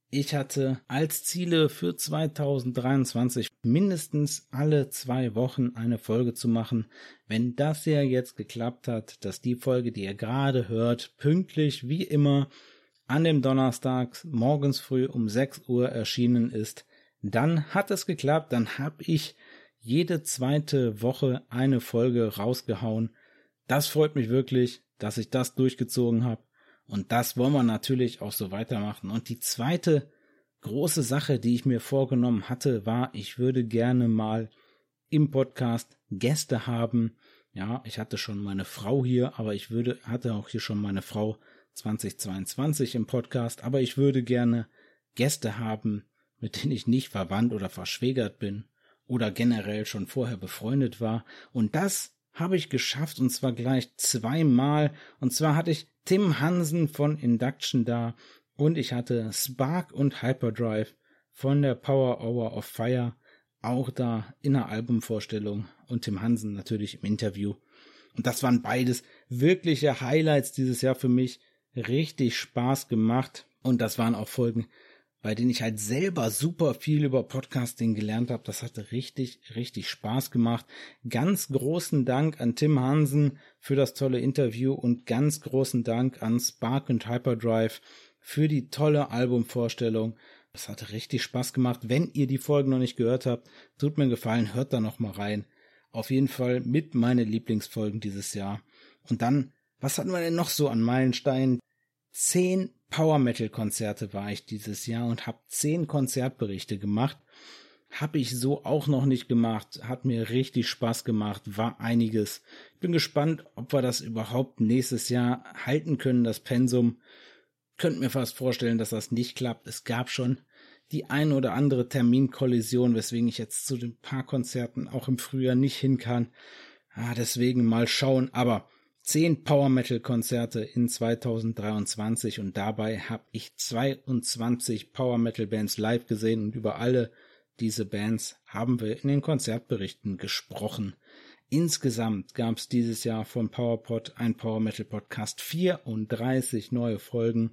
Ich hatte als Ziele für zweitausenddreiundzwanzig mindestens alle zwei Wochen eine Folge zu machen. Wenn das ja jetzt geklappt hat, dass die Folge, die ihr gerade hört, pünktlich wie immer an dem Donnerstag morgens früh um sechs Uhr erschienen ist, dann hat es geklappt, dann habe ich jede zweite Woche eine Folge rausgehauen. Das freut mich wirklich, dass ich das durchgezogen habe. Und das wollen wir natürlich auch so weitermachen. Und die zweite große Sache, die ich mir vorgenommen hatte, war, ich würde gerne mal im Podcast Gäste haben. Ja, ich hatte schon meine Frau hier, aber ich würde, hatte auch hier schon meine Frau zweitausendzweiundzwanzig im Podcast, aber ich würde gerne Gäste haben, mit denen ich nicht verwandt oder verschwägert bin oder generell schon vorher befreundet war. Und das habe ich geschafft, und zwar gleich zweimal. Und zwar hatte ich Tim Hansen von Induction da und ich hatte Spark und Hyperdrive von der Power Hour of Fire auch da in der Albumvorstellung und Tim Hansen natürlich im Interview. Und das waren beides wirkliche Highlights dieses Jahr für mich. Richtig Spaß gemacht. Und das waren auch Folgen, bei denen ich halt selber super viel über Podcasting gelernt habe. Das hatte richtig, richtig Spaß gemacht. Ganz großen Dank an Tim Hansen für das tolle Interview und ganz großen Dank an Spark und Hyperdrive für die tolle Albumvorstellung. Das hatte richtig Spaß gemacht. Wenn ihr die Folgen noch nicht gehört habt, tut mir einen Gefallen, hört da noch mal rein. Auf jeden Fall mit meine Lieblingsfolgen dieses Jahr. Und dann, was hatten wir denn noch so an Meilensteinen? Zehn Power-Metal-Konzerte war ich dieses Jahr und habe zehn Konzertberichte gemacht. Habe ich so auch noch nicht gemacht. Hat mir richtig Spaß gemacht. War einiges. Ich bin gespannt, ob wir das überhaupt nächstes Jahr halten können, das Pensum. Könnt mir fast vorstellen, dass das nicht klappt. Es gab schon die ein oder andere Terminkollision, weswegen ich jetzt zu den paar Konzerten auch im Frühjahr nicht hin kann. Ah, deswegen mal schauen. Aber zehn Power-Metal-Konzerte in zweitausenddreiundzwanzig und dabei habe ich zweiundzwanzig Power-Metal-Bands live gesehen und über alle diese Bands haben wir in den Konzertberichten gesprochen. Insgesamt gab es dieses Jahr von PowerPod, ein Power-Metal-Podcast, vierunddreißig neue Folgen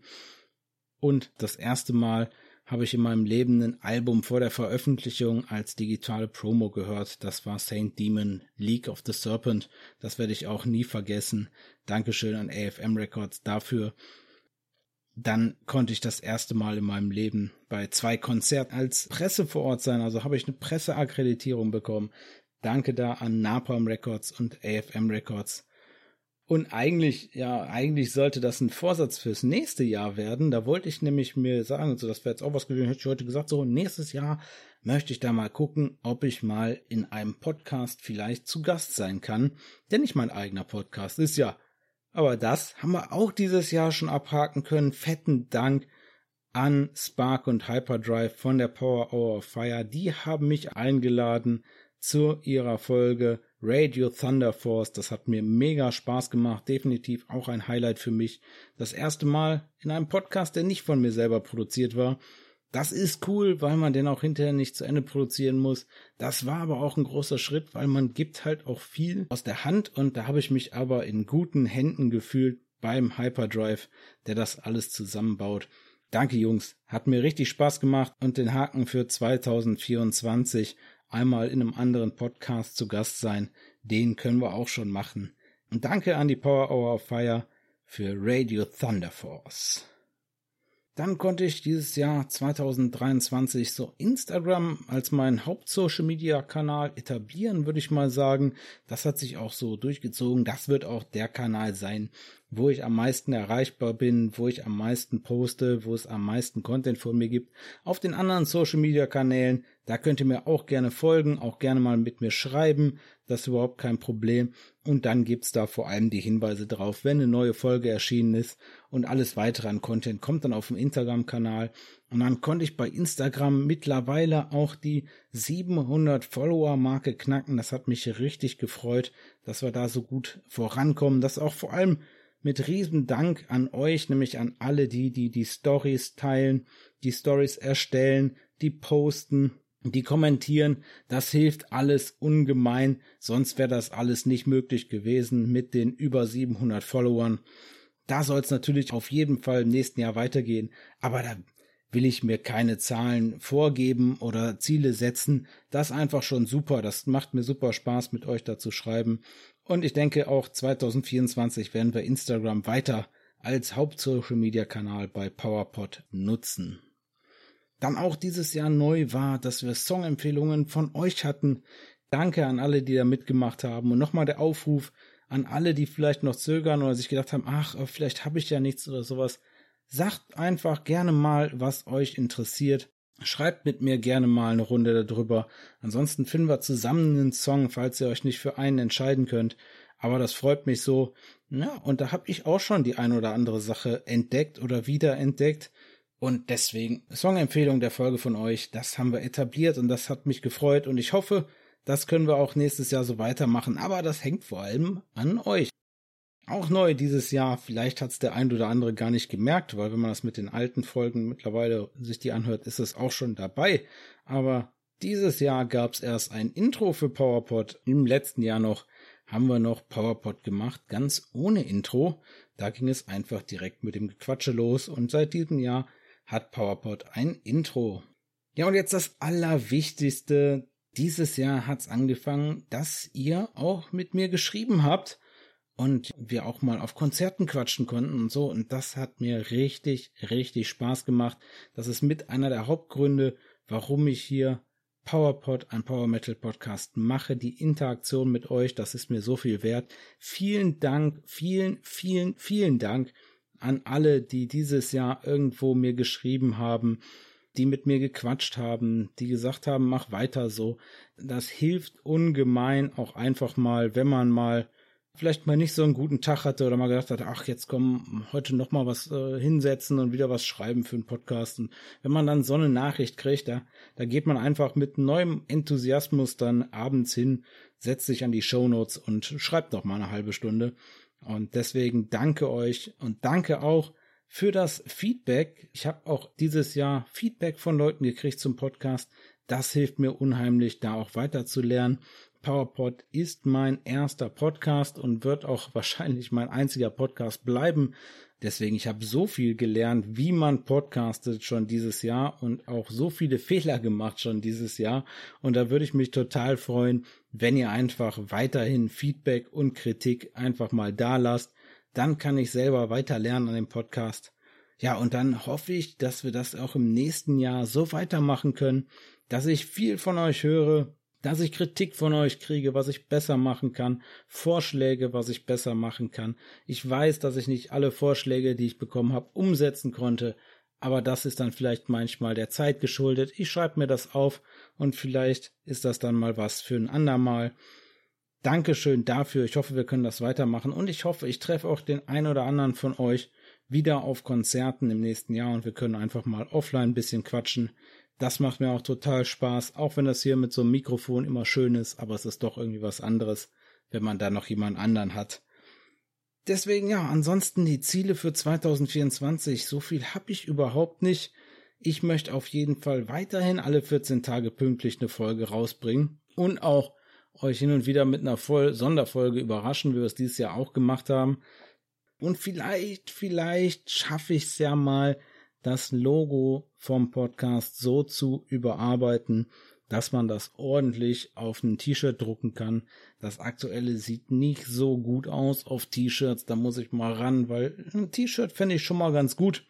und das erste Mal habe ich in meinem Leben ein Album vor der Veröffentlichung als digitale Promo gehört. Das war Saint Demon, League of the Serpent. Das werde ich auch nie vergessen. Dankeschön an A F M Records dafür. Dann konnte ich das erste Mal in meinem Leben bei zwei Konzerten als Presse vor Ort sein. Also habe ich eine Presseakkreditierung bekommen. Danke da an Napalm Records und A F M Records. Und eigentlich, ja, eigentlich sollte das ein Vorsatz fürs nächste Jahr werden. Da wollte ich nämlich mir sagen, so das wäre jetzt auch was gewesen, hätte ich heute gesagt, so nächstes Jahr möchte ich da mal gucken, ob ich mal in einem Podcast vielleicht zu Gast sein kann. Denn nicht mein eigener Podcast ist ja. Aber das haben wir auch dieses Jahr schon abhaken können. Fetten Dank an Spark und Hyperdrive von der Power Hour of Fire. Die haben mich eingeladen zu ihrer Folge Radio Thunder Force. Das hat mir mega Spaß gemacht, definitiv auch ein Highlight für mich. Das erste Mal in einem Podcast, der nicht von mir selber produziert war. Das ist cool, weil man den auch hinterher nicht zu Ende produzieren muss. Das war aber auch ein großer Schritt, weil man gibt halt auch viel aus der Hand und da habe ich mich aber in guten Händen gefühlt beim Hyperdrive, der das alles zusammenbaut. Danke Jungs, hat mir richtig Spaß gemacht und den Haken für zweitausendvierundzwanzig einmal in einem anderen Podcast zu Gast sein, den können wir auch schon machen. Und danke an die Power Hour of Fire für Radio Thunder Force. Dann konnte ich dieses Jahr zweitausenddreiundzwanzig so Instagram als meinen Haupt-Social-Media-Kanal etablieren, würde ich mal sagen. Das hat sich auch so durchgezogen. Das wird auch der Kanal sein, wo ich am meisten erreichbar bin, wo ich am meisten poste, wo es am meisten Content von mir gibt. Auf den anderen Social-Media-Kanälen, da könnt ihr mir auch gerne folgen, auch gerne mal mit mir schreiben. Das ist überhaupt kein Problem. Und dann gibt's da vor allem die Hinweise drauf, wenn eine neue Folge erschienen ist. Und alles weitere an Content kommt dann auf dem Instagram-Kanal. Und dann konnte ich bei Instagram mittlerweile auch die siebenhundert Follower-Marke knacken. Das hat mich richtig gefreut, dass wir da so gut vorankommen. Das auch vor allem mit riesen Dank an euch, nämlich an alle die, die die Stories teilen, die Stories erstellen, die posten, die kommentieren. Das hilft alles ungemein. Sonst wäre das alles nicht möglich gewesen mit den über siebenhundert Followern. Da soll es natürlich auf jeden Fall im nächsten Jahr weitergehen. Aber da will ich mir keine Zahlen vorgeben oder Ziele setzen. Das ist einfach schon super. Das macht mir super Spaß, mit euch da zu schreiben. Und ich denke, auch zwanzig vierundzwanzig werden wir Instagram weiter als Haupt-Social-Media-Kanal bei PowerPod nutzen. Dann auch dieses Jahr neu war, dass wir Songempfehlungen von euch hatten. Danke an alle, die da mitgemacht haben. Und nochmal der Aufruf an alle, die vielleicht noch zögern oder sich gedacht haben, ach, vielleicht habe ich ja nichts oder sowas. Sagt einfach gerne mal, was euch interessiert. Schreibt mit mir gerne mal eine Runde darüber. Ansonsten finden wir zusammen einen Song, falls ihr euch nicht für einen entscheiden könnt. Aber das freut mich so. Ja, und da habe ich auch schon die ein oder andere Sache entdeckt oder wiederentdeckt. Und deswegen Songempfehlung der Folge von euch, das haben wir etabliert und das hat mich gefreut. Und ich hoffe, das können wir auch nächstes Jahr so weitermachen. Aber das hängt vor allem an euch. Auch neu dieses Jahr, vielleicht hat es der ein oder andere gar nicht gemerkt, weil wenn man das mit den alten Folgen mittlerweile sich die anhört, ist es auch schon dabei. Aber dieses Jahr gab es erst ein Intro für PowerPod. Im letzten Jahr noch haben wir noch PowerPod gemacht, ganz ohne Intro. Da ging es einfach direkt mit dem Gequatsche los und seit diesem Jahr hat PowerPod ein Intro. Ja, und jetzt das Allerwichtigste. Dieses Jahr hat es angefangen, dass ihr auch mit mir geschrieben habt. Und wir auch mal auf Konzerten quatschen konnten und so. Und das hat mir richtig, richtig Spaß gemacht. Das ist mit einer der Hauptgründe, warum ich hier PowerPod, ein Power Metal Podcast mache. Die Interaktion mit euch, das ist mir so viel wert. Vielen Dank, vielen, vielen, vielen Dank an alle, die dieses Jahr irgendwo mir geschrieben haben, die mit mir gequatscht haben, die gesagt haben, mach weiter so. Das hilft ungemein, auch einfach mal, wenn man mal vielleicht mal nicht so einen guten Tag hatte oder mal gedacht hat, ach, jetzt komm, heute noch mal was äh, hinsetzen und wieder was schreiben für einen Podcast. Und wenn man dann so eine Nachricht kriegt, da, da geht man einfach mit neuem Enthusiasmus dann abends hin, setzt sich an die Shownotes und schreibt noch mal eine halbe Stunde. Und deswegen danke euch und danke auch für das Feedback. Ich habe auch dieses Jahr Feedback von Leuten gekriegt zum Podcast. Das hilft mir unheimlich, da auch weiter zu lernen. PowerPod ist mein erster Podcast und wird auch wahrscheinlich mein einziger Podcast bleiben. Deswegen, ich habe so viel gelernt, wie man podcastet schon dieses Jahr und auch so viele Fehler gemacht schon dieses Jahr. Und da würde ich mich total freuen, wenn ihr einfach weiterhin Feedback und Kritik einfach mal da lasst. Dann kann ich selber weiter lernen an dem Podcast. Ja, und dann hoffe ich, dass wir das auch im nächsten Jahr so weitermachen können, dass ich viel von euch höre, dass ich Kritik von euch kriege, was ich besser machen kann, Vorschläge, was ich besser machen kann. Ich weiß, dass ich nicht alle Vorschläge, die ich bekommen habe, umsetzen konnte, aber das ist dann vielleicht manchmal der Zeit geschuldet. Ich schreibe mir das auf und vielleicht ist das dann mal was für ein andermal. Dankeschön dafür. Ich hoffe, wir können das weitermachen und ich hoffe, ich treffe auch den einen oder anderen von euch wieder auf Konzerten im nächsten Jahr und wir können einfach mal offline ein bisschen quatschen. Das macht mir auch total Spaß, auch wenn das hier mit so einem Mikrofon immer schön ist, aber es ist doch irgendwie was anderes, wenn man da noch jemand anderen hat. Deswegen ja, ansonsten die Ziele für zwanzig vierundzwanzig, so viel habe ich überhaupt nicht. Ich möchte auf jeden Fall weiterhin alle vierzehn Tage pünktlich eine Folge rausbringen und auch euch hin und wieder mit einer Voll- Sonderfolge überraschen, wie wir es dieses Jahr auch gemacht haben. Und vielleicht, vielleicht schaffe ich es ja mal, das Logo vom Podcast so zu überarbeiten, dass man das ordentlich auf ein T-Shirt drucken kann. Das aktuelle sieht nicht so gut aus auf T-Shirts, da muss ich mal ran, weil ein T-Shirt fände ich schon mal ganz gut,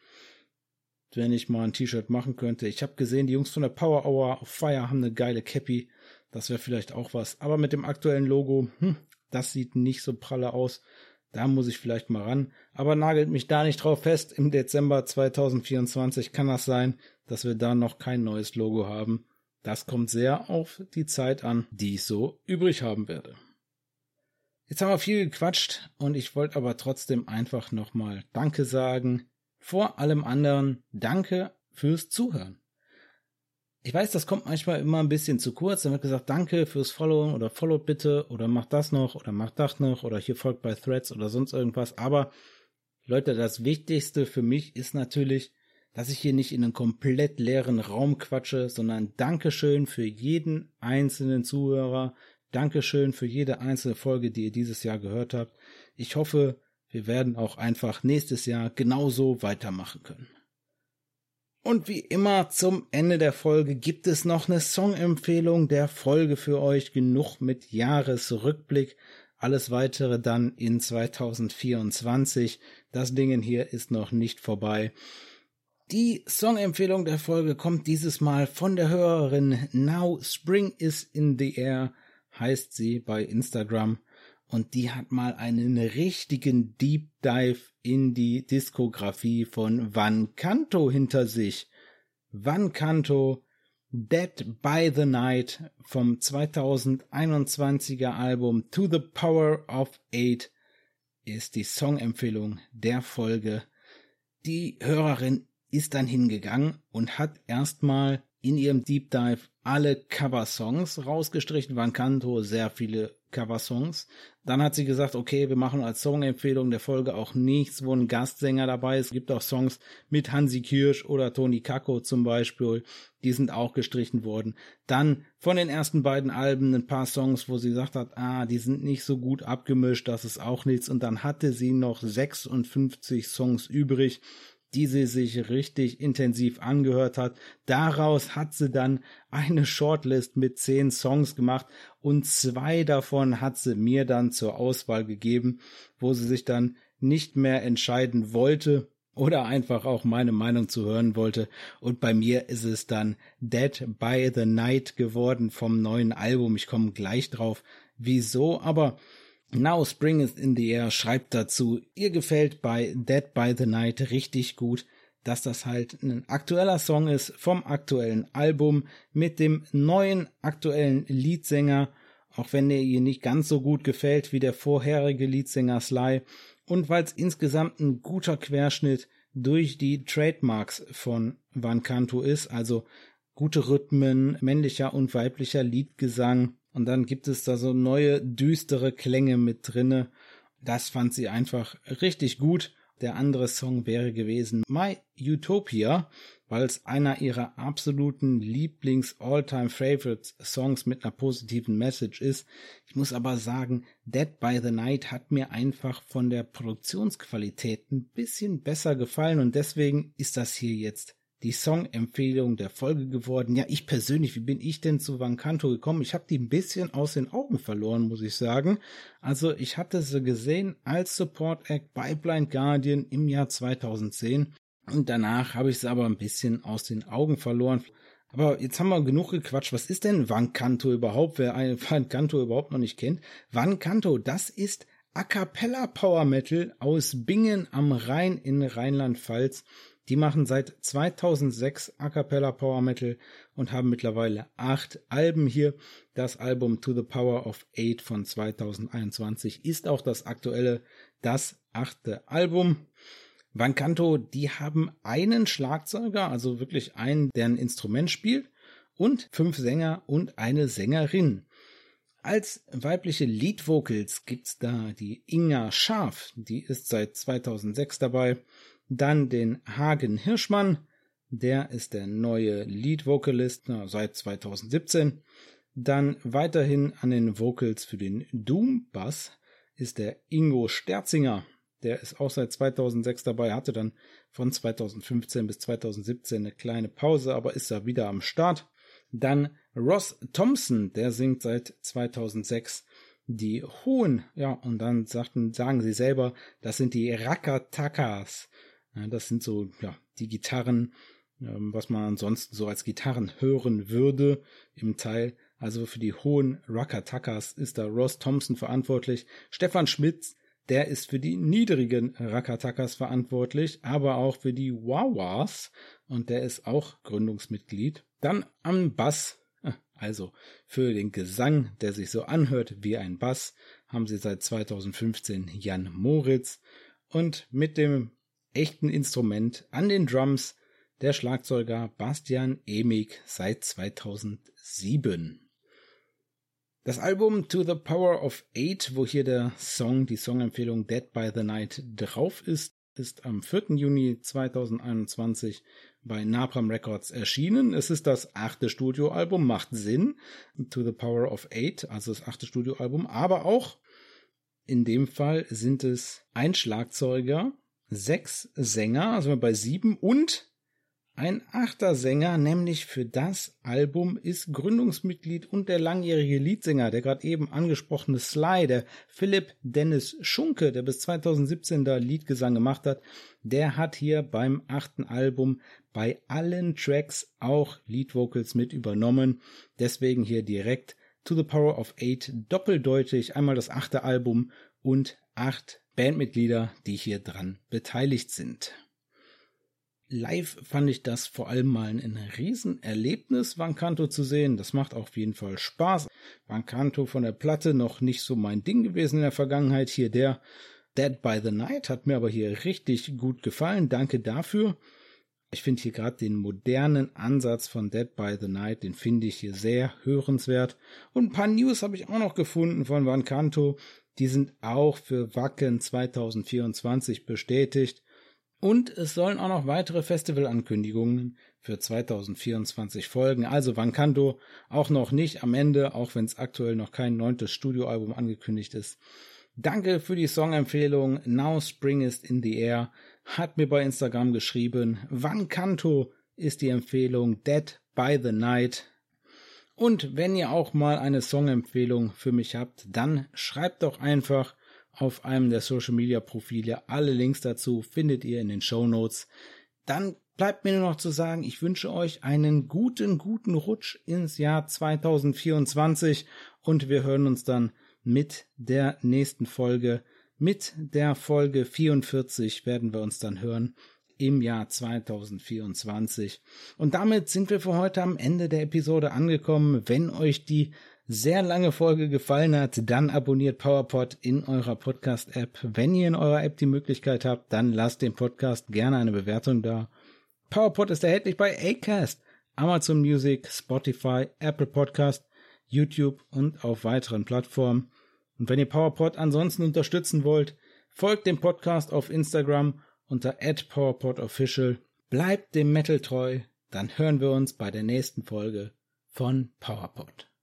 wenn ich mal ein T-Shirt machen könnte. Ich habe gesehen, die Jungs von der Power Hour auf Fire haben eine geile Cappy, das wäre vielleicht auch was. Aber mit dem aktuellen Logo, hm, das sieht nicht so pralle aus. Da muss ich vielleicht mal ran, aber nagelt mich da nicht drauf fest. Im Dezember zwanzig vierundzwanzig kann das sein, dass wir da noch kein neues Logo haben. Das kommt sehr auf die Zeit an, die ich so übrig haben werde. Jetzt haben wir viel gequatscht und ich wollte aber trotzdem einfach nochmal Danke sagen. Vor allem anderen Danke fürs Zuhören. Ich weiß, das kommt manchmal immer ein bisschen zu kurz. Dann wird gesagt, danke fürs Followen oder Follow bitte oder mach das noch oder mach das noch oder hier folgt bei Threads oder sonst irgendwas. Aber Leute, das Wichtigste für mich ist natürlich, dass ich hier nicht in einen komplett leeren Raum quatsche, sondern Dankeschön für jeden einzelnen Zuhörer. Dankeschön für jede einzelne Folge, die ihr dieses Jahr gehört habt. Ich hoffe, wir werden auch einfach nächstes Jahr genauso weitermachen können. Und wie immer zum Ende der Folge gibt es noch eine Songempfehlung der Folge für euch. Genug mit Jahresrückblick. Alles weitere dann in zwanzig vierundzwanzig. Das Ding hier ist noch nicht vorbei. Die Songempfehlung der Folge kommt dieses Mal von der Hörerin Now Spring is in the Air, heißt sie bei Instagram. Und die hat mal einen richtigen Deep Dive in die Diskografie von Vancanto hinter sich. Vancanto, Dead by the Night vom zweitausendeinundzwanziger Album To the Power of Eight ist die Songempfehlung der Folge. Die Hörerin ist dann hingegangen und hat erstmal in ihrem Deep Dive alle Coversongs rausgestrichen. Vancanto, sehr viele Coversongs. Dann hat sie gesagt, okay, wir machen als Songempfehlung der Folge auch nichts, wo ein Gastsänger dabei ist. Es gibt auch Songs mit Hansi Kirsch oder Toni Kakko zum Beispiel. Die sind auch gestrichen worden. Dann von den ersten beiden Alben ein paar Songs, wo sie gesagt hat, ah, die sind nicht so gut abgemischt, das ist auch nichts. Und dann hatte sie noch sechsundfünfzig Songs übrig, die sie sich richtig intensiv angehört hat. Daraus hat sie dann eine Shortlist mit zehn Songs gemacht und zwei davon hat sie mir dann zur Auswahl gegeben, wo sie sich dann nicht mehr entscheiden wollte oder einfach auch meine Meinung zu hören wollte. Und bei mir ist es dann Dead by the Night geworden vom neuen Album. Ich komme gleich drauf, wieso, aber Now Spring is in the Air schreibt dazu, ihr gefällt bei Dead by the Night richtig gut, dass das halt ein aktueller Song ist vom aktuellen Album mit dem neuen aktuellen Leadsänger, auch wenn der ihr nicht ganz so gut gefällt wie der vorherige Leadsänger Sly, und weil es insgesamt ein guter Querschnitt durch die Trademarks von Vancanto ist, also gute Rhythmen, männlicher und weiblicher Liedgesang. Und dann gibt es da so neue, düstere Klänge mit drinne. Das fand sie einfach richtig gut. Der andere Song wäre gewesen My Utopia, weil es einer ihrer absoluten Lieblings-All-Time-Favorites-Songs mit einer positiven Message ist. Ich muss aber sagen, Dead by the Night hat mir einfach von der Produktionsqualität ein bisschen besser gefallen und deswegen ist das hier jetzt die Songempfehlung der Folge geworden. Ja, ich persönlich, wie bin ich denn zu Vancanto gekommen? Ich habe die ein bisschen aus den Augen verloren, muss ich sagen. Also ich hatte sie gesehen als Support Act bei Blind Guardian im Jahr zweitausendzehn und danach habe ich sie aber ein bisschen aus den Augen verloren. Aber jetzt haben wir genug gequatscht. Was ist denn Vancanto überhaupt? Wer Vancanto überhaupt noch nicht kennt. Vancanto, das ist A Cappella Power Metal aus Bingen am Rhein in Rheinland-Pfalz. Die machen seit zweitausendsechs A Cappella Power Metal und haben mittlerweile acht Alben hier. Das Album To the Power of Eight von zweitausendeinundzwanzig ist auch das aktuelle, das achte Album. Vancanto, die haben einen Schlagzeuger, also wirklich einen, der ein Instrument spielt, und fünf Sänger und eine Sängerin. Als weibliche Lead Vocals gibt's da die Inga Scharf, die ist seit zweitausendsechs dabei. Dann den Hagen Hirschmann, der ist der neue Lead-Vocalist na, seit zweitausendsiebzehn. Dann weiterhin an den Vocals für den Doom-Bass ist der Ingo Sterzinger, der ist auch seit zweitausendsechs dabei, hatte dann von zweitausendfünfzehn bis zweitausendsiebzehn eine kleine Pause, aber ist da wieder am Start. Dann Ross Thompson, der singt seit zweitausendsechs die Hohen, ja, und dann sagten, sagen sie selber, das sind die Rakatakas. Ja, das sind so, ja, die Gitarren, ähm, was man ansonsten so als Gitarren hören würde im Teil. Also für die hohen Rakatakas ist da Ross Thompson verantwortlich. Stefan Schmitz, der ist für die niedrigen Rakatakas verantwortlich, aber auch für die Wawas und der ist auch Gründungsmitglied. Dann am Bass, also für den Gesang, der sich so anhört wie ein Bass, haben sie seit zweitausendfünfzehn Jan Moritz und mit dem echten Instrument an den Drums der Schlagzeuger Bastian Emig seit zweitausendsieben. Das Album To the Power of Eight, wo hier der Song, die Songempfehlung Dead by the Night drauf ist, ist am vierten Juni zweitausendeinundzwanzig bei Napalm Records erschienen. Es ist das achte Studioalbum, macht Sinn. To the Power of Eight, also das achte Studioalbum, aber auch in dem Fall sind es ein Schlagzeuger, sechs Sänger, also bei sieben und Ein achter Sänger, nämlich für das Album ist Gründungsmitglied und der langjährige Leadsänger, der gerade eben angesprochene Sly, der Philipp Dennis Schunke, der bis zweitausendsiebzehn da Leadgesang gemacht hat, der hat hier beim achten Album bei allen Tracks auch Leadvocals mit übernommen. Deswegen hier direkt To the Power of Eight doppeldeutig, einmal das achte Album und acht Bandmitglieder, die hier dran beteiligt sind. Live fand ich das vor allem mal ein Riesenerlebnis, Vancanto zu sehen. Das macht auf jeden Fall Spaß. Vancanto von der Platte noch nicht so mein Ding gewesen in der Vergangenheit. Hier der Dead by the Night hat mir aber hier richtig gut gefallen. Danke dafür. Ich finde hier gerade den modernen Ansatz von Dead by the Night, den finde ich hier sehr hörenswert. Und ein paar News habe ich auch noch gefunden von Vancanto. Die sind auch für Wacken zwanzig vierundzwanzig bestätigt. Und es sollen auch noch weitere Festivalankündigungen für zwanzig vierundzwanzig folgen. Also Vancanto auch noch nicht am Ende, auch wenn es aktuell noch kein neuntes Studioalbum angekündigt ist. Danke für die Songempfehlung. Now Spring is in the Air hat mir bei Instagram geschrieben. Vancanto ist die Empfehlung. Dead by the Night. Und wenn ihr auch mal eine Songempfehlung für mich habt, dann schreibt doch einfach auf einem der Social-Media-Profile. Alle Links dazu findet ihr in den Shownotes. Dann bleibt mir nur noch zu sagen, ich wünsche euch einen guten, guten Rutsch ins Jahr zwanzig vierundzwanzig und wir hören uns dann mit der nächsten Folge. Mit der Folge vierundvierzig werden wir uns dann hören im Jahr zwanzig vierundzwanzig. Und damit sind wir für heute am Ende der Episode angekommen. Wenn euch die sehr lange Folge gefallen hat, dann abonniert PowerPod in eurer Podcast-App. Wenn ihr in eurer App die Möglichkeit habt, dann lasst dem Podcast gerne eine Bewertung da. PowerPod ist erhältlich bei Acast, Amazon Music, Spotify, Apple Podcast, YouTube und auf weiteren Plattformen. Und wenn ihr PowerPod ansonsten unterstützen wollt, folgt dem Podcast auf Instagram unter at PowerPodOfficial. Bleibt dem Metal treu, dann hören wir uns bei der nächsten Folge von PowerPod.